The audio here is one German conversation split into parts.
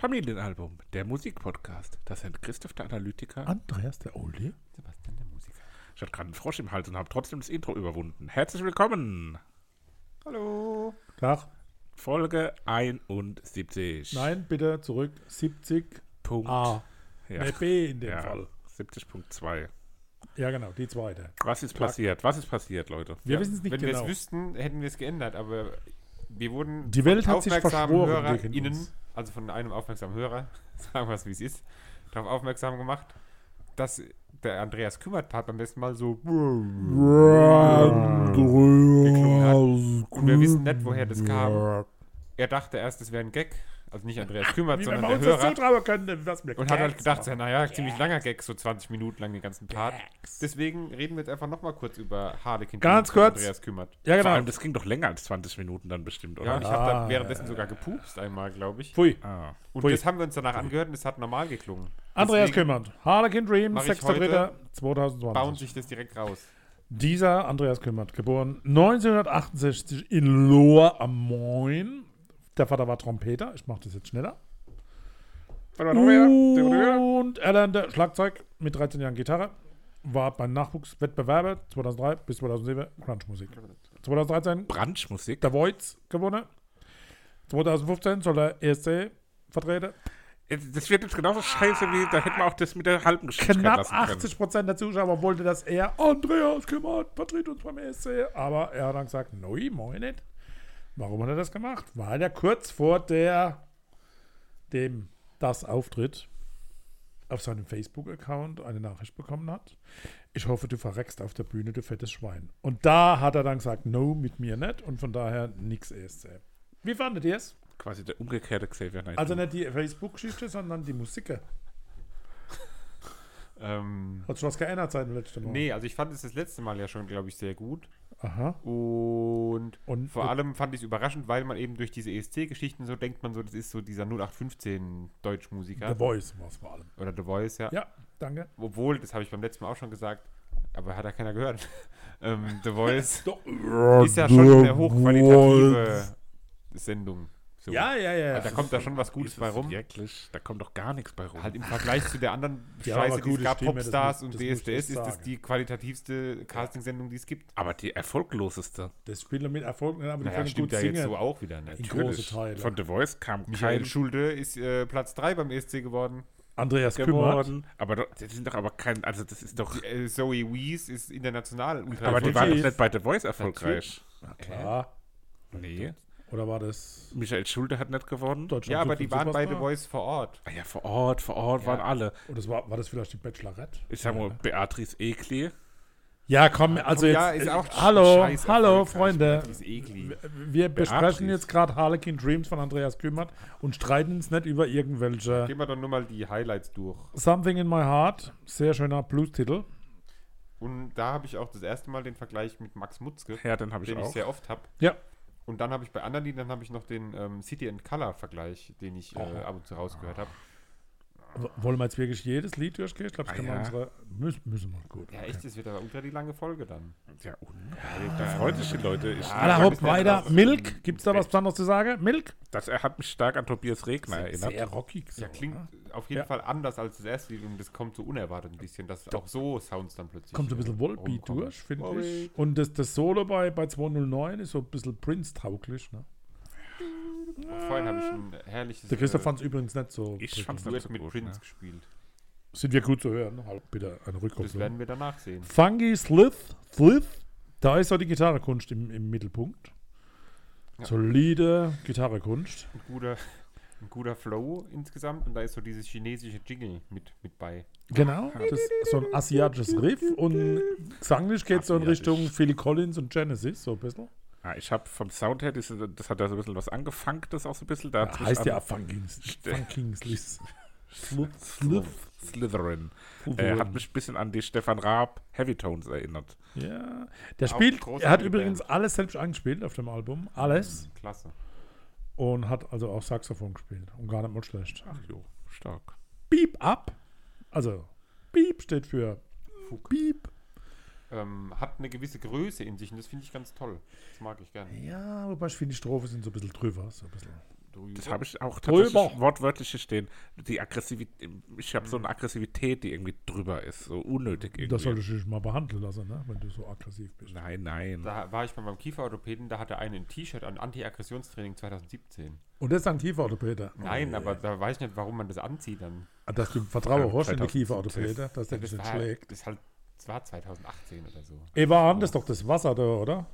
Familienalbum, der Musikpodcast. Das sind Christoph der Analytiker, Andreas der Oldie, Sebastian der Musiker. Ich hatte gerade einen Frosch im Hals und habe trotzdem das Intro überwunden. Herzlich willkommen. Hallo. Tag. Folge 71. Nein, bitte zurück. 70 Punkt. A. Ja. Nee, B in dem Ja, Fall. 70.2. Ja, genau, die zweite. Was ist passiert? Was ist passiert, Leute? Wir wissen es nicht Wenn wir genau. es wüssten, hätten wir es geändert, aber wir wurden Die Welt von hat sich aufmerksamen verschworen gegen HörerInnen, uns. also von einem aufmerksamen Hörer, sagen wir es wie es ist, darauf aufmerksam gemacht, dass der Andreas Kümmert-Part beim besten Mal so geklungen hat. Und wir wissen nicht, woher das kam. Er dachte erst, es wäre ein Gag, also nicht Andreas Kümmert, Wie wenn sondern wir der uns das Hörer. zutrauen können, was wir Und hat halt Gags gedacht, machen. ja, naja, ziemlich langer Gag, so 20 Minuten lang den ganzen Part. Gags. Deswegen reden wir jetzt einfach nochmal kurz über Harlequin Ganz von kurz. Andreas Kümmert. Ja, Vor genau. allem, das ging doch länger als 20 Minuten dann bestimmt, Ja, oder? und ich Ah, habe da währenddessen ja, sogar gepupst einmal, glaube ich. Pfui. Ah. Und Pfui. das haben wir uns danach angehört und es hat normal geklungen. Andreas Deswegen Kümmert. Harlequin Dream, mache ich 6.3.2020. bauen sich das direkt raus. Dieser Andreas Kümmert, geboren 1968 in Lohr am Main. Der Vater war Trompeter. Ich mache das jetzt schneller. Und er lernte Schlagzeug mit 13 Jahren Gitarre. War beim Nachwuchswettbewerbe 2003 bis 2007 Grunge-Musik. 2013 Brunchmusik? The Voice gewonnen. 2015 soll er ESC vertreten. Das wird jetzt genauso scheiße wie, da hätten wir auch das mit der halben Geschwindigkeit Knapp lassen können. 80% der Zuschauer wollte, dass er Andreas Kümmert vertritt uns beim ESC. Aber er hat dann gesagt, nein, moin nicht. Warum hat er das gemacht? Weil er kurz vor dem Auftritt auf seinem Facebook-Account eine Nachricht bekommen hat. Ich hoffe, du verreckst auf der Bühne, du fettes Schwein. Und da hat er dann gesagt, no, mit mir nicht. Und von daher nix ESC. Wie fandet ihr es? Quasi der umgekehrte Xavier Naidoo. Also nicht die Facebook-Geschichte, sondern die Musik. Hat schon was geändert seit dem letzten Mal? Nee, also ich fand es das letzte Mal ja schon, glaube ich, sehr gut. Aha. Und Und vor allem fand ich es überraschend, weil man eben durch diese ESC-Geschichten so denkt, man so, das ist so dieser 0815 Deutschmusiker. The Voice war es vor allem. Oder The Voice, ja. Ja, danke. Obwohl, das habe ich beim letzten Mal auch schon gesagt, aber hat ja keiner gehört. The Voice Doch. ist ja schon eine hochqualitative Sendung. So. Ja. Also da kommt da schon was Gutes Ist bei es rum. wirklich? Da kommt doch gar nichts bei rum. Halt im Vergleich zu der anderen Ja, aber Scheiße, die es gute gab, Stimme, Popstars das und muss ich DSDS, ist das sagen. die qualitativste Castingsendung, die es gibt. Aber die erfolgloseste. Das spielt mit Erfolg, aber die Naja, können stimmt gut ja singen. jetzt so auch wieder nicht. In große Teile. Von The Voice kam Michael kein Schulde ist Platz 3 beim ESC geworden. Andreas Kümmert. geworden. Aber das sind doch aber kein, also das ist doch, Zoe Wees ist international ultra aber die erfolgreich. waren doch Natürlich. nicht bei The Voice erfolgreich. Klar. Nee. Oder war das Michael Schulde hat nicht gewonnen. Deutschland? Ja, aber sucht die den waren bei The Superstar? Voice vor Ort. Ah ja, vor Ort waren alle. Oder war das vielleicht die Bachelorette? Ich sag mal, Beatrice Egli. Ja, komm, also ja, jetzt. ist auch hallo, scheiß hallo, erfolgreich. Freunde. Die ist eklig. Wir besprechen Beatrice. jetzt gerade Harlequin Dreams von Andreas Kümmert und streiten uns nicht über irgendwelche. Gehen wir doch nur mal die Highlights durch. Something in My Heart, sehr schöner Blues-Titel. Und da habe ich auch das erste Mal den Vergleich mit Max Mutzke, Ja, den habe ich den ich auch. sehr oft habe. Ja. Und dann habe ich bei anderen Liedern habe ich noch den City and Color Vergleich, den ich ab und zu rausgehört habe. Wollen wir jetzt wirklich jedes Lied durchgehen? Ich glaube, das Ah, können wir ja. unsere. Müssen wir. Gut. Ja, okay. echt, das wird aber ultra die lange Folge dann. Ja, da freut sich die Leute. Aller Haupt weiter. Milk, gibt es da was Besonderes zu sagen? Milk? Er hat mich stark an Tobias Regner erinnert. Sehr rockig. So, Ja, klingt ne? auf jeden Ja. Fall anders als das erste Lied und das kommt so unerwartet ein bisschen, dass auch so Sounds dann plötzlich Kommt so ein bisschen Volbeat rumkommen. durch, finde Volbeat. ich. Und das Solo bei 209 ist so ein bisschen Prince-tauglich. Ne? Vorhin habe ich ein herrliches Der Christoph fand es übrigens nicht so. Ich prickelnd. fand's nicht Duett so mit gut, Prince ne? gespielt. Sind wir gut zu hören? Halt bitte eine Das Rückkopplung. werden wir danach sehen. Funky Slith, da ist so die Gitarrekunst im Mittelpunkt. Ja. Solide Gitarrekunst. Ein guter Flow insgesamt und da ist so dieses chinesische Jingle mit bei. Genau, das ist so ein asiatisches Riff und gesanglich geht es so in Asiatisch. Richtung Phil Collins und Genesis, so ein bisschen. Ah, ich habe vom Sound her, das hat ja so ein bisschen was angefangtes auch so ein bisschen. Da hat mich Heißt an ja Funky Slith. Slytherin. Hat mich ein bisschen an die Stefan Raab Heavy Tones erinnert. Ja, der Auch spielt, großartige er hat übrigens Band. alles selbst angespielt auf dem Album, alles. Klasse. Und hat also auch Saxophon gespielt und gar nicht mal schlecht. Ach jo, stark. Beep Up, also Beep steht für Beep. Hat eine gewisse Größe in sich und das finde ich ganz toll. Das mag ich gerne. Ja, wobei ich finde, die Strophe sind so ein bisschen drüber. So ein bisschen. Das habe ich auch Drüber. tatsächlich wortwörtlich hier stehen. Die Aggressivität, ich habe so eine Aggressivität, die irgendwie drüber ist, so unnötig irgendwie. Das solltest du dich mal behandeln lassen, ne? Wenn du so aggressiv bist. Nein. Da war ich bei meinem Kieferorthopäden, da hatte einen ein T-Shirt an Anti-Aggressionstraining 2017. Und das ist ein Kieferorthopäde. Nein, aber da weiß ich nicht, warum man das anzieht dann. Dass du Vertrauen hast in den 2017. Kieferorthopäde, dass der Das dich nicht war, schlägt. das war 2018 oder so. Evan, das ist doch das Wasser da, oder?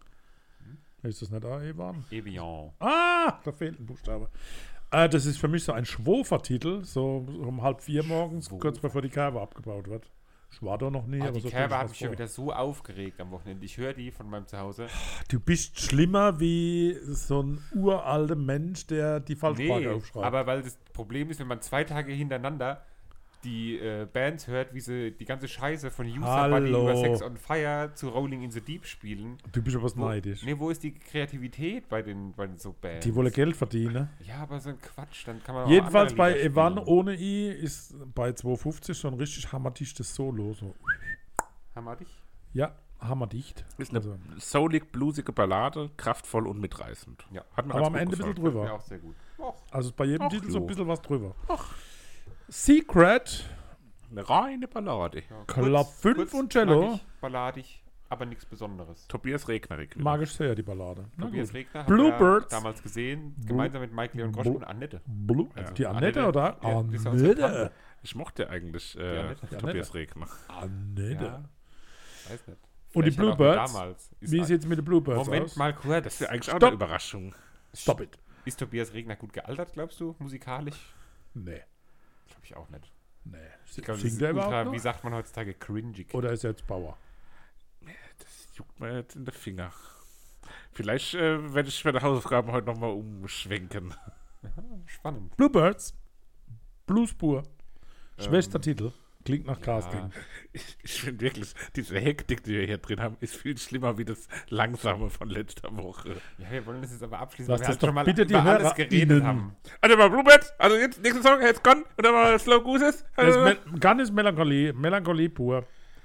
Ist das nicht da, Evan? Evian. Ah, da fehlt ein Buchstabe. Das ist für mich so ein Schwofer-Titel, so um 3:30 morgens, Schwofer. kurz bevor die Kerbe abgebaut wird. Ich war da noch nie, aber Die so Kerbe stell hat ich mich mir schon vor. wieder so aufgeregt am Wochenende. Ich höre die von meinem Zuhause. Du bist schlimmer wie so ein uralter Mensch, der die Falschsprache aufschreibt. aber weil das Problem ist, wenn man 2 Tage hintereinander die Bands hört, wie sie die ganze Scheiße von User Buddy Hallo. über Sex on Fire zu Rolling in the Deep spielen. Du bist aber neidisch. Wo ist die Kreativität bei den so Bands? Die wollen Geld verdienen. Ja, aber so ein Quatsch, dann kann man auch Jedenfalls andere bei Lieder Evan spielen. ohne I ist bei 250 so ein richtig hammerdichtes Solo. So. Haben wir dich? Ja, hammerdicht. Ist eine Also, soulig, blusige Ballade, kraftvoll und mitreißend. Ja. Hat mir aber ganz am gut Ende ein bisschen gefallen. drüber. Ja, auch sehr gut. Och, Also bei jedem Ach, Titel so ein jo. bisschen was drüber. Secret, Eine reine Ballade. ja. Club 5 und Cello. knackig, balladig, aber nichts Besonderes. Tobias Regnerig. Mag ich sehr, die Ballade. Na Tobias gut. Regner Bluebirds. haben wir damals gesehen, gemeinsam mit Mike Leon Grosch Blue- und Annette. Also die Annette, oder? Ja, das ist unsere Annette. Tante. Ich mochte eigentlich Annette. Tobias Regner. Annette. Ja, weiß nicht. Und die Vielleicht hat auch Bluebirds? Damals. Wie sieht es mit den Bluebirds Moment aus? mal kurz. Das ist ja eigentlich auch Stopp. eine Überraschung. Stop it. Ist Tobias Regner gut gealtert, glaubst du, musikalisch? Nee. Glaube ich auch nicht. Nee. Ich glaube, das Singt ist der überhaupt ultra, noch? wie sagt man heutzutage, cringy. Oder ist er jetzt Bauer? Das juckt mir jetzt in den Finger. Vielleicht werde ich für die Hausaufgaben heute nochmal umschwenken. Spannend. Bluebirds. Bluespur. Schwester Ähm, Titel. Klingt nach Casting. Ich finde wirklich, diese Hektik, die wir hier drin haben, ist viel schlimmer wie das Langsame von letzter Woche. Ja, wir wollen das jetzt aber abschließen, Lass weil wir das halt schon doch mal bitte die über alles HörerInnen. geredet haben. Also mal Bluebirds, also jetzt nächste Song, jetzt Gone und dann mal Slow Gooses. Das ist Gun ist Melancholie. Melancholie pur.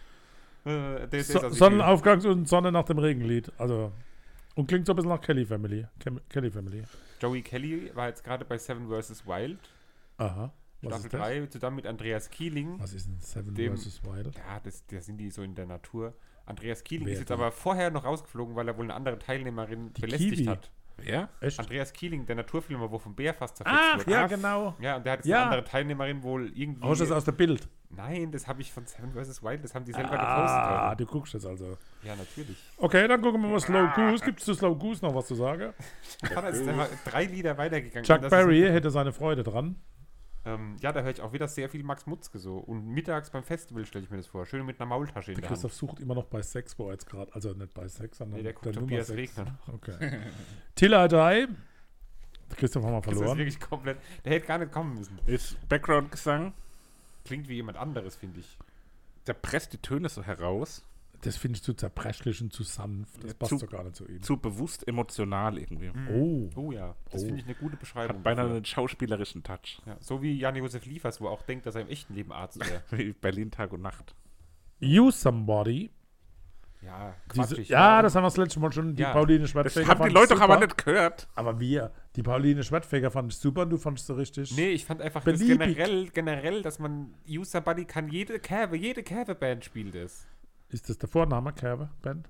Also Sonnenaufgangs- und Sonne nach dem Regenlied. Also. Und klingt so ein bisschen nach Kelly Family. Kelly Family. Joey Kelly war jetzt gerade bei Seven vs. Wild, Aha. Was Staffel ist das? 3, zusammen mit Andreas Kieling. Was ist denn Seven Dem- vs. Wild? Ja, da sind die so in der Natur. Andreas Kieling Wer ist jetzt denn? aber vorher noch rausgeflogen, weil er wohl eine andere Teilnehmerin Die belästigt Kiwi. hat. Ja? Echt? Andreas Kieling, der Naturfilmer, wo vom Bär fast zerfetzt Ach, wurde. ja, genau. Ja, und der hat jetzt Ja. eine andere Teilnehmerin wohl irgendwie... Hast du das aus dem Bild? Nein, das habe ich von Seven vs. Wild, das haben die selber Ah, gepostet. du guckst jetzt also. Ja, natürlich. Okay, dann gucken wir mal Slow Goose. Gibt es zu Slow Goose noch was zu sagen? Vater ist einfach 3 Lieder weitergegangen. Chuck Und das Berry ist- hätte seine Freude dran. Ja, da höre ich auch wieder sehr viel Max Mutzke so. Und mittags beim Festival stelle ich mir das vor. Schön mit einer Maultasche in Der der Christoph Hand. sucht immer noch bei Sex, wo er jetzt gerade, also nicht bei Sex, sondern Nee, der guckt Nummer Tobias 6. Regner. Okay. Till I Die. Der Christoph haben wir Das ist verloren. wirklich komplett... Der hätte gar nicht kommen müssen. Ist Background-Gesang. Klingt wie jemand anderes, finde ich. Der presst die Töne so heraus. Das finde ich zu zerbrechlich und zu sanft. Das Ja, passt zu- doch gar nicht zu ihm. Zu bewusst emotional irgendwie. Oh. Oh ja, das Oh. finde ich eine gute Beschreibung. Hat beinahe dafür. einen schauspielerischen Touch. Ja, so wie Jan-Josef Liefers, wo er auch denkt, dass er im echten Leben Arzt wäre. Wie Berlin Tag und Nacht. You Somebody. Ja, Diese, quatschig. ja, das haben wir das letzte Mal schon. Die Ja. Pauline Das Schwertfeger haben die fand ich Leute doch aber super. nicht gehört. Aber wir. Die Pauline Schwertfeger fand ich super und du fandest so richtig. Nee, ich fand einfach Beliebig. das generell, dass man User Buddy kann, jede Kerbe-Band spielt es. Ist das der Vorname, Kerbe, Band?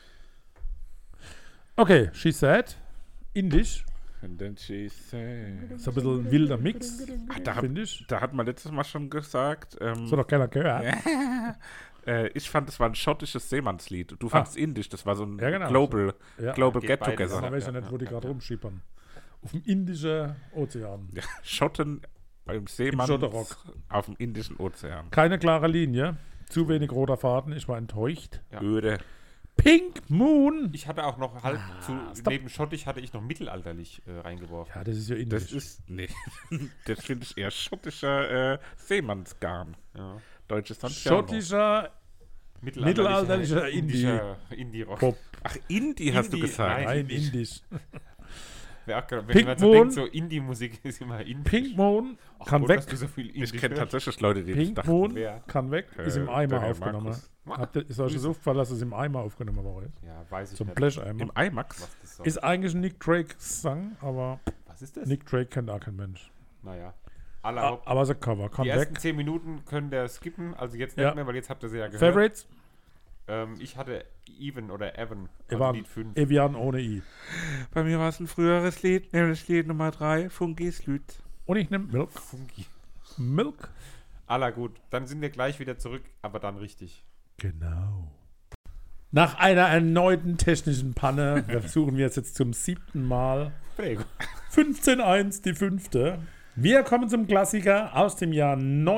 Okay, She Said. Indisch. And then she said. So ein bisschen ein wilder Mix, Da, finde ich. da hat man letztes Mal schon gesagt, So doch keiner gehört. ich fand, das war ein schottisches Seemannslied. Du fandst indisch, das war so ein Ja, genau. Global, Ja. Global Geht Get beides. Together. Da weiß ich ja Ja, nicht, wo die ja, gerade ja. rumschippern. Auf dem Indischen Ozean. Ja, Schotten beim Seemann Schotterrock. auf dem Indischen Ozean. Keine klare Linie. Zu wenig roter Faden. Ich war enttäuscht. Ja. Öde. Pink Moon. Ich hatte auch noch stopp. neben schottisch hatte ich noch mittelalterlich reingeworfen. Ja, das ist ja indisch. Das ist, nee, das finde ich eher schottischer Seemannsgarn. Ja. Deutsches Santiano. Schottischer Mittelalterlicher Indie-Rock. Pop. Ach, Indie hast du Indie, gesagt. Nein, indisch. Wenn Pink man so Moon. denkt, so Indie-Musik ist immer Indie. Pink Moon Ach, kann gut, weg. dass du so viel Ich Indisch kenne hörst. tatsächlich Leute, die Pink dachten, Moon wer? kann weg. Ist im der Eimer Herr aufgenommen. Markus. Ist euch das aufgefallen, dass es im Eimer aufgenommen war? Ja, weiß ich Zum nicht, Blecheimer. Im IMAX. was das soll. Ist eigentlich ein Nick Drake Song, aber Was Was ist das? Nick Drake kennt auch kein Mensch. Naja. Aller Aber so Cover, komm Die ersten weg. 10 Minuten können der skippen, also jetzt nicht Ja. mehr, weil jetzt habt ihr sie ja gehört. Favorites? Ich hatte Even oder Evan, Evan, Lied 5. Evian ohne I. Bei mir war es ein früheres Lied, nämlich Lied Nummer 3, Funkis Lied. Und ich nehme Milk. Funky. Milk? Aller gut, dann sind wir gleich wieder zurück, aber dann richtig. Genau. Nach einer erneuten technischen Panne versuchen wir es jetzt zum 7. Mal. 15.1, die 5. Wir kommen zum Klassiker aus dem Jahr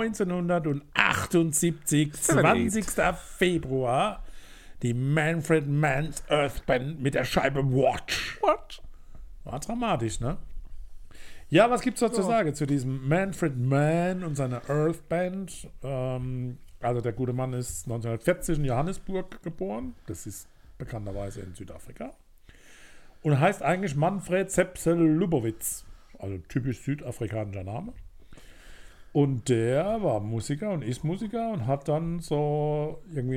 1978, 20. Februar. Die Manfred Mann's Earth Band mit der Scheibe Watch. What? War dramatisch, ne? Ja, was gibt's da zu sagen zu diesem Manfred Mann und seiner Earth Band? Also der gute Mann ist 1940 in Johannesburg geboren. Das ist bekannterweise in Südafrika. Und heißt eigentlich Manfred Sepsel Lubowitz. Also typisch südafrikanischer Name. Und der war Musiker und ist Musiker und hat dann so irgendwie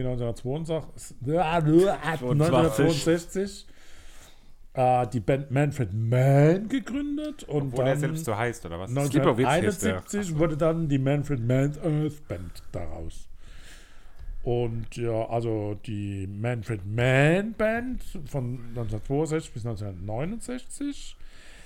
1962 die Band Manfred Mann gegründet. Und Obwohl dann er selbst so heißt, oder was? 1971 wurde dann die Manfred Mann's Earth Band daraus. Und ja, also die Manfred Mann Band von 1962 bis 1969.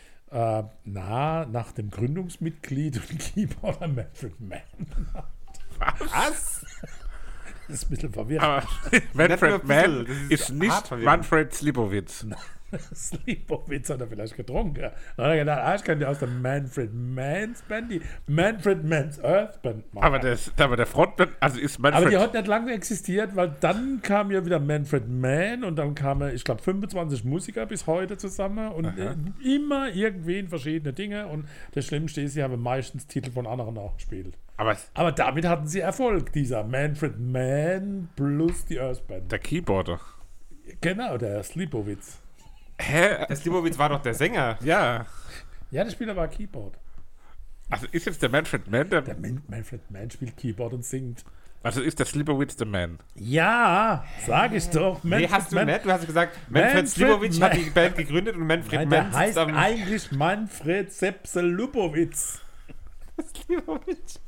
Nach dem Gründungsmitglied und Keyboarder Manfred Mann. Was? Das ist ein bisschen verwirrend. Aber Nicht Manfred nur ein Mann bisschen, das ist ist nicht hart verwirrend. Manfred Slibowitz. Slipowitz hat er vielleicht getrunken. Dann hat er gedacht, ich kann ja aus der Manfred Mann's Band die Manfred Mann's Earth Band machen. Aber der Frontmann, also ist Aber Manfred. die hat nicht lange existiert, weil dann kam ja wieder Manfred Mann und dann kamen, ich glaube, 25 Musiker bis heute zusammen und immer irgendwie in verschiedene Dinge. Und das Schlimmste ist, sie haben meistens Titel von anderen auch gespielt. Aber damit hatten sie Erfolg, dieser Manfred Mann plus die Earth Band. der Keyboarder. Genau, der Slipowitz. Hä? Der Slibowitz war doch der Sänger. Ja. Ja, der spielt aber Keyboard. Also ist jetzt der Manfred Mann der. Der Manfred Mann spielt Keyboard und singt. Also ist der Slibowitz der Man. Ja, sag ich doch. Nee, hast du nicht. Du hast gesagt, Manfred Slibowitz hat die Band gegründet und Manfred Nein, Mann der heißt sitzt am eigentlich Manfred Sepsel Lubowitz. Slibowitz.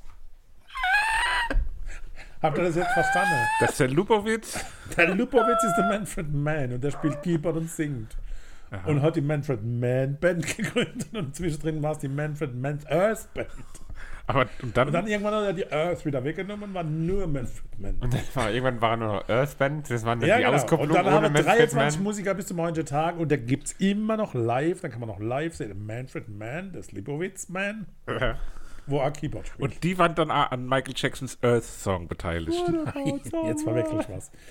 Habt ihr das jetzt verstanden? Das ist der Lubowitz. Der Lubowitz ist der Manfred Mann und der spielt Keyboard und singt. Und hat die Manfred Mann Band gegründet und zwischendrin war es die Manfred Mann's Earth Band. Aber und dann, Und dann irgendwann hat er die Earth wieder weggenommen und war nur Manfred Mann. Und dann irgendwann war er nur noch Earth Band. Das war dann Ja, die genau. Auskopplung Und dann ohne haben wir Manfred 23 Mann. Musiker bis zum heutigen Tag und der gibt es immer noch live. Dann kann man noch live sehen. Manfred Mann, der Slipowitz Man, wo er Keyboard spielt. und die waren dann an Michael Jacksons Earth Song beteiligt. Jetzt verwechsel ich was.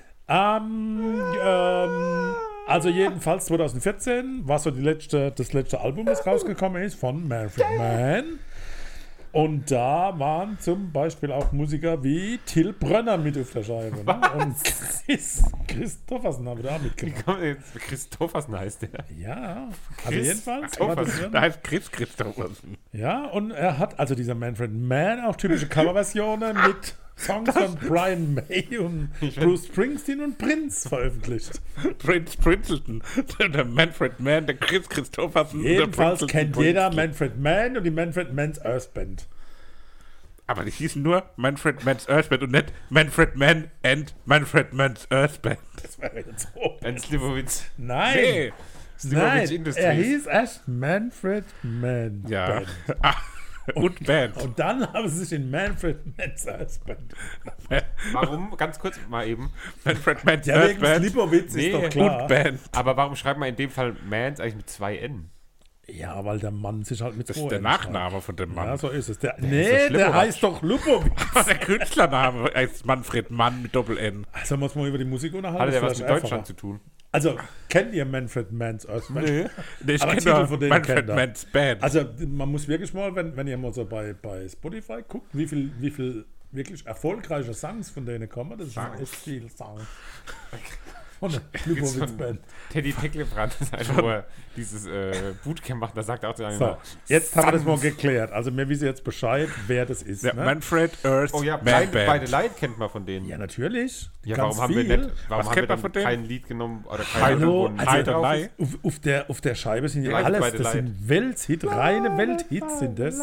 Also jedenfalls 2014 war so das letzte Album, das rausgekommen ist von Manfred Mann. Und da waren zum Beispiel auch Musiker wie Till Brönner mit auf der Scheibe. Ne? Und Christoffersen haben da mitgemacht. Christoffersen heißt der. Ja, also jedenfalls. war das drin. Da heißt Chris Christophersen. Ja, und er hat also dieser Manfred Mann auch typische Coverversionen mit Songs von Brian May und Bruce Springsteen und Prince veröffentlicht. Prince Princeton. Der Manfred Mann, der Chris Christophersen. und der Jedenfalls Princeton kennt jeder Princeton. Manfred Mann und die Manfred Mann's Earth Band. Aber die hießen nur Manfred Mann's Earth Band und nicht Manfred Mann and Manfred Mann's Earth Band. Das wäre jetzt so. Ein Slibowitz. Nein, Nee. Slibowitz nein, Industries. er hieß erst Manfred Mann Ja. Band. Und Band. Und dann haben sie sich in Manfred Mann's Earth Band. Warum, ganz kurz mal eben, Manfred Mann's Ja, Earth wegen Band Slipowitz Nee, ist doch klar. und Band. aber warum schreibt man in dem Fall Mans eigentlich mit 2 N? Ja, weil der Mann sich halt mit Das 2 ist der N Nachname von dem schreibt. Mann. Ja, so ist es. Der ist der Slipowitz. heißt doch Lubowitz. Aber der Künstlername heißt Manfred Mann mit Doppel-N. Also muss man über die Musik unterhalten. Hatte der das was ist mit vielleicht Deutschland einfacher. zu tun? Also, kennt ihr Manfred Mann's Earth Band? Nee. Nee, ich Aber kenne Titel nur von denen Manfred kennt er. Mann's Band. Also, man muss wirklich mal, wenn ihr mal so bei Spotify guckt, wie viel wirklich erfolgreiche Songs von denen kommen, das ist schon echt viel Song. von der Klubowitz-Band. Teddy Tecklebrand ist einfach nur dieses Bootcamp macht, da sagt er auch zu einem So, jetzt haben wir das mal geklärt. Also wir wissen jetzt Bescheid, wer das ist. Ja, Ne? Manfred Earth Oh ja, Man beide Band. Light kennt man von denen. Ja, natürlich. Ja, Ganz warum haben wir viel. nicht, warum Was haben wir kennt man dann von denen? kein Lied genommen oder kein Hallo, Album, wo ein also Lied drauf ist? Auf der Scheibe sind ja Light alles, by the das Light. sind Welthit, reine Welthits sind das.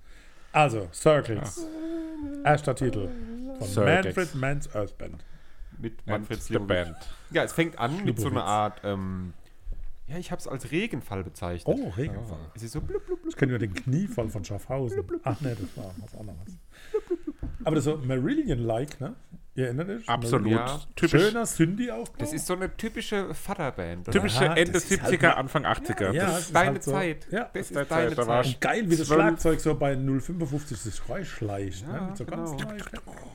Also, Circles. Erster Titel von Circles. Manfred Mann's Earth Band. Mit Manfred Manfred the Slivovitz. Band. Ja, es fängt an mit so einer Slivovitz. Art, ja, ich habe es als Regenfall bezeichnet. Oh, Regenfall. Es ist so blub, blub, blub. Ich kenne nur den Kniefall von Schaffhausen. Ach ne, das war was anderes. Aber das ist so Marillion-like, ne? Ihr erinnert euch? Absolut. Ja. Typisch, Schöner Synthi-Aufbau. Das ist so eine typische Vaterband. oder? typische Ja, Ende das ist 70er, halt- Anfang 80er. Ja, Das es ist ist deine halt so- Zeit. Ja. Das ist Deine deine Zeit, da war Zeit. ich- Und geil, wie das 12. Schlagzeug so bei 0,55 sich schleicht. Ja, Ne? Mit so ganz genau. leicht.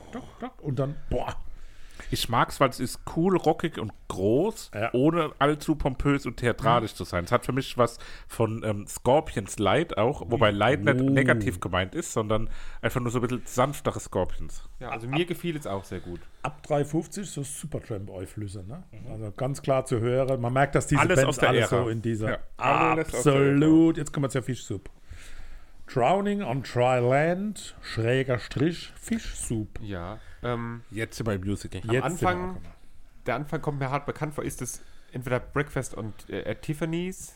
Und dann, boah. Ich mag's, weil es ist cool, rockig und groß, Ja. ohne allzu pompös und theatralisch zu sein. Es hat für mich was von Scorpions Light auch, wobei Light nicht Oh. negativ gemeint ist, sondern einfach nur so ein bisschen sanftere Scorpions. Ja, also mir gefiel es auch sehr gut. Ab 3,50 so Supertramp-Euflüsse. Ne? Also ganz klar zu hören. Man merkt, dass diese Alles Bands aus der alles Ära. so in dieser. Ja, alles aus der Absolut. Jetzt kommen wir zur Fischsuppe. Drowning on Dry Land, schräger Strich, Fischsuppe. Ja. Jetzt sind wir im Musical. Jetzt Anfang- sind wir angekommen. Der Anfang kommt mir hart bekannt vor. Ist es entweder Breakfast und at Tiffany's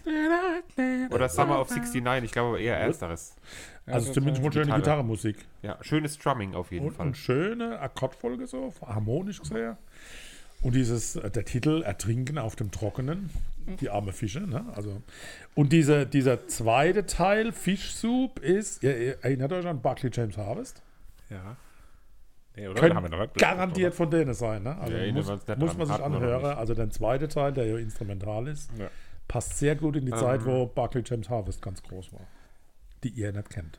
oder Summer of 69? Ich glaube aber eher ersteres. Also zumindest mal schöne Gitarre. Gitarrenmusik. Ja, schönes Drumming auf jeden Und Fall. eine schöne Akkordfolge so, harmonisch sehr. Und der Titel Ertrinken auf dem Trockenen, die arme Fische, ne? Also, und dieser zweite Teil, Fischsoup, ist, ihr erinnert euch an Buckley James Harvest? Ja. Nee, oder? Können Haben wir noch nicht garantiert von denen sein, ne? Also Ja, erinnern muss wir uns nicht man dran, sich hatten wir noch anhören. nicht. Also der zweite Teil, der ja instrumental ist, Ja. passt sehr gut in die Zeit, wo Buckley James Harvest ganz groß war. Die ihr nicht kennt.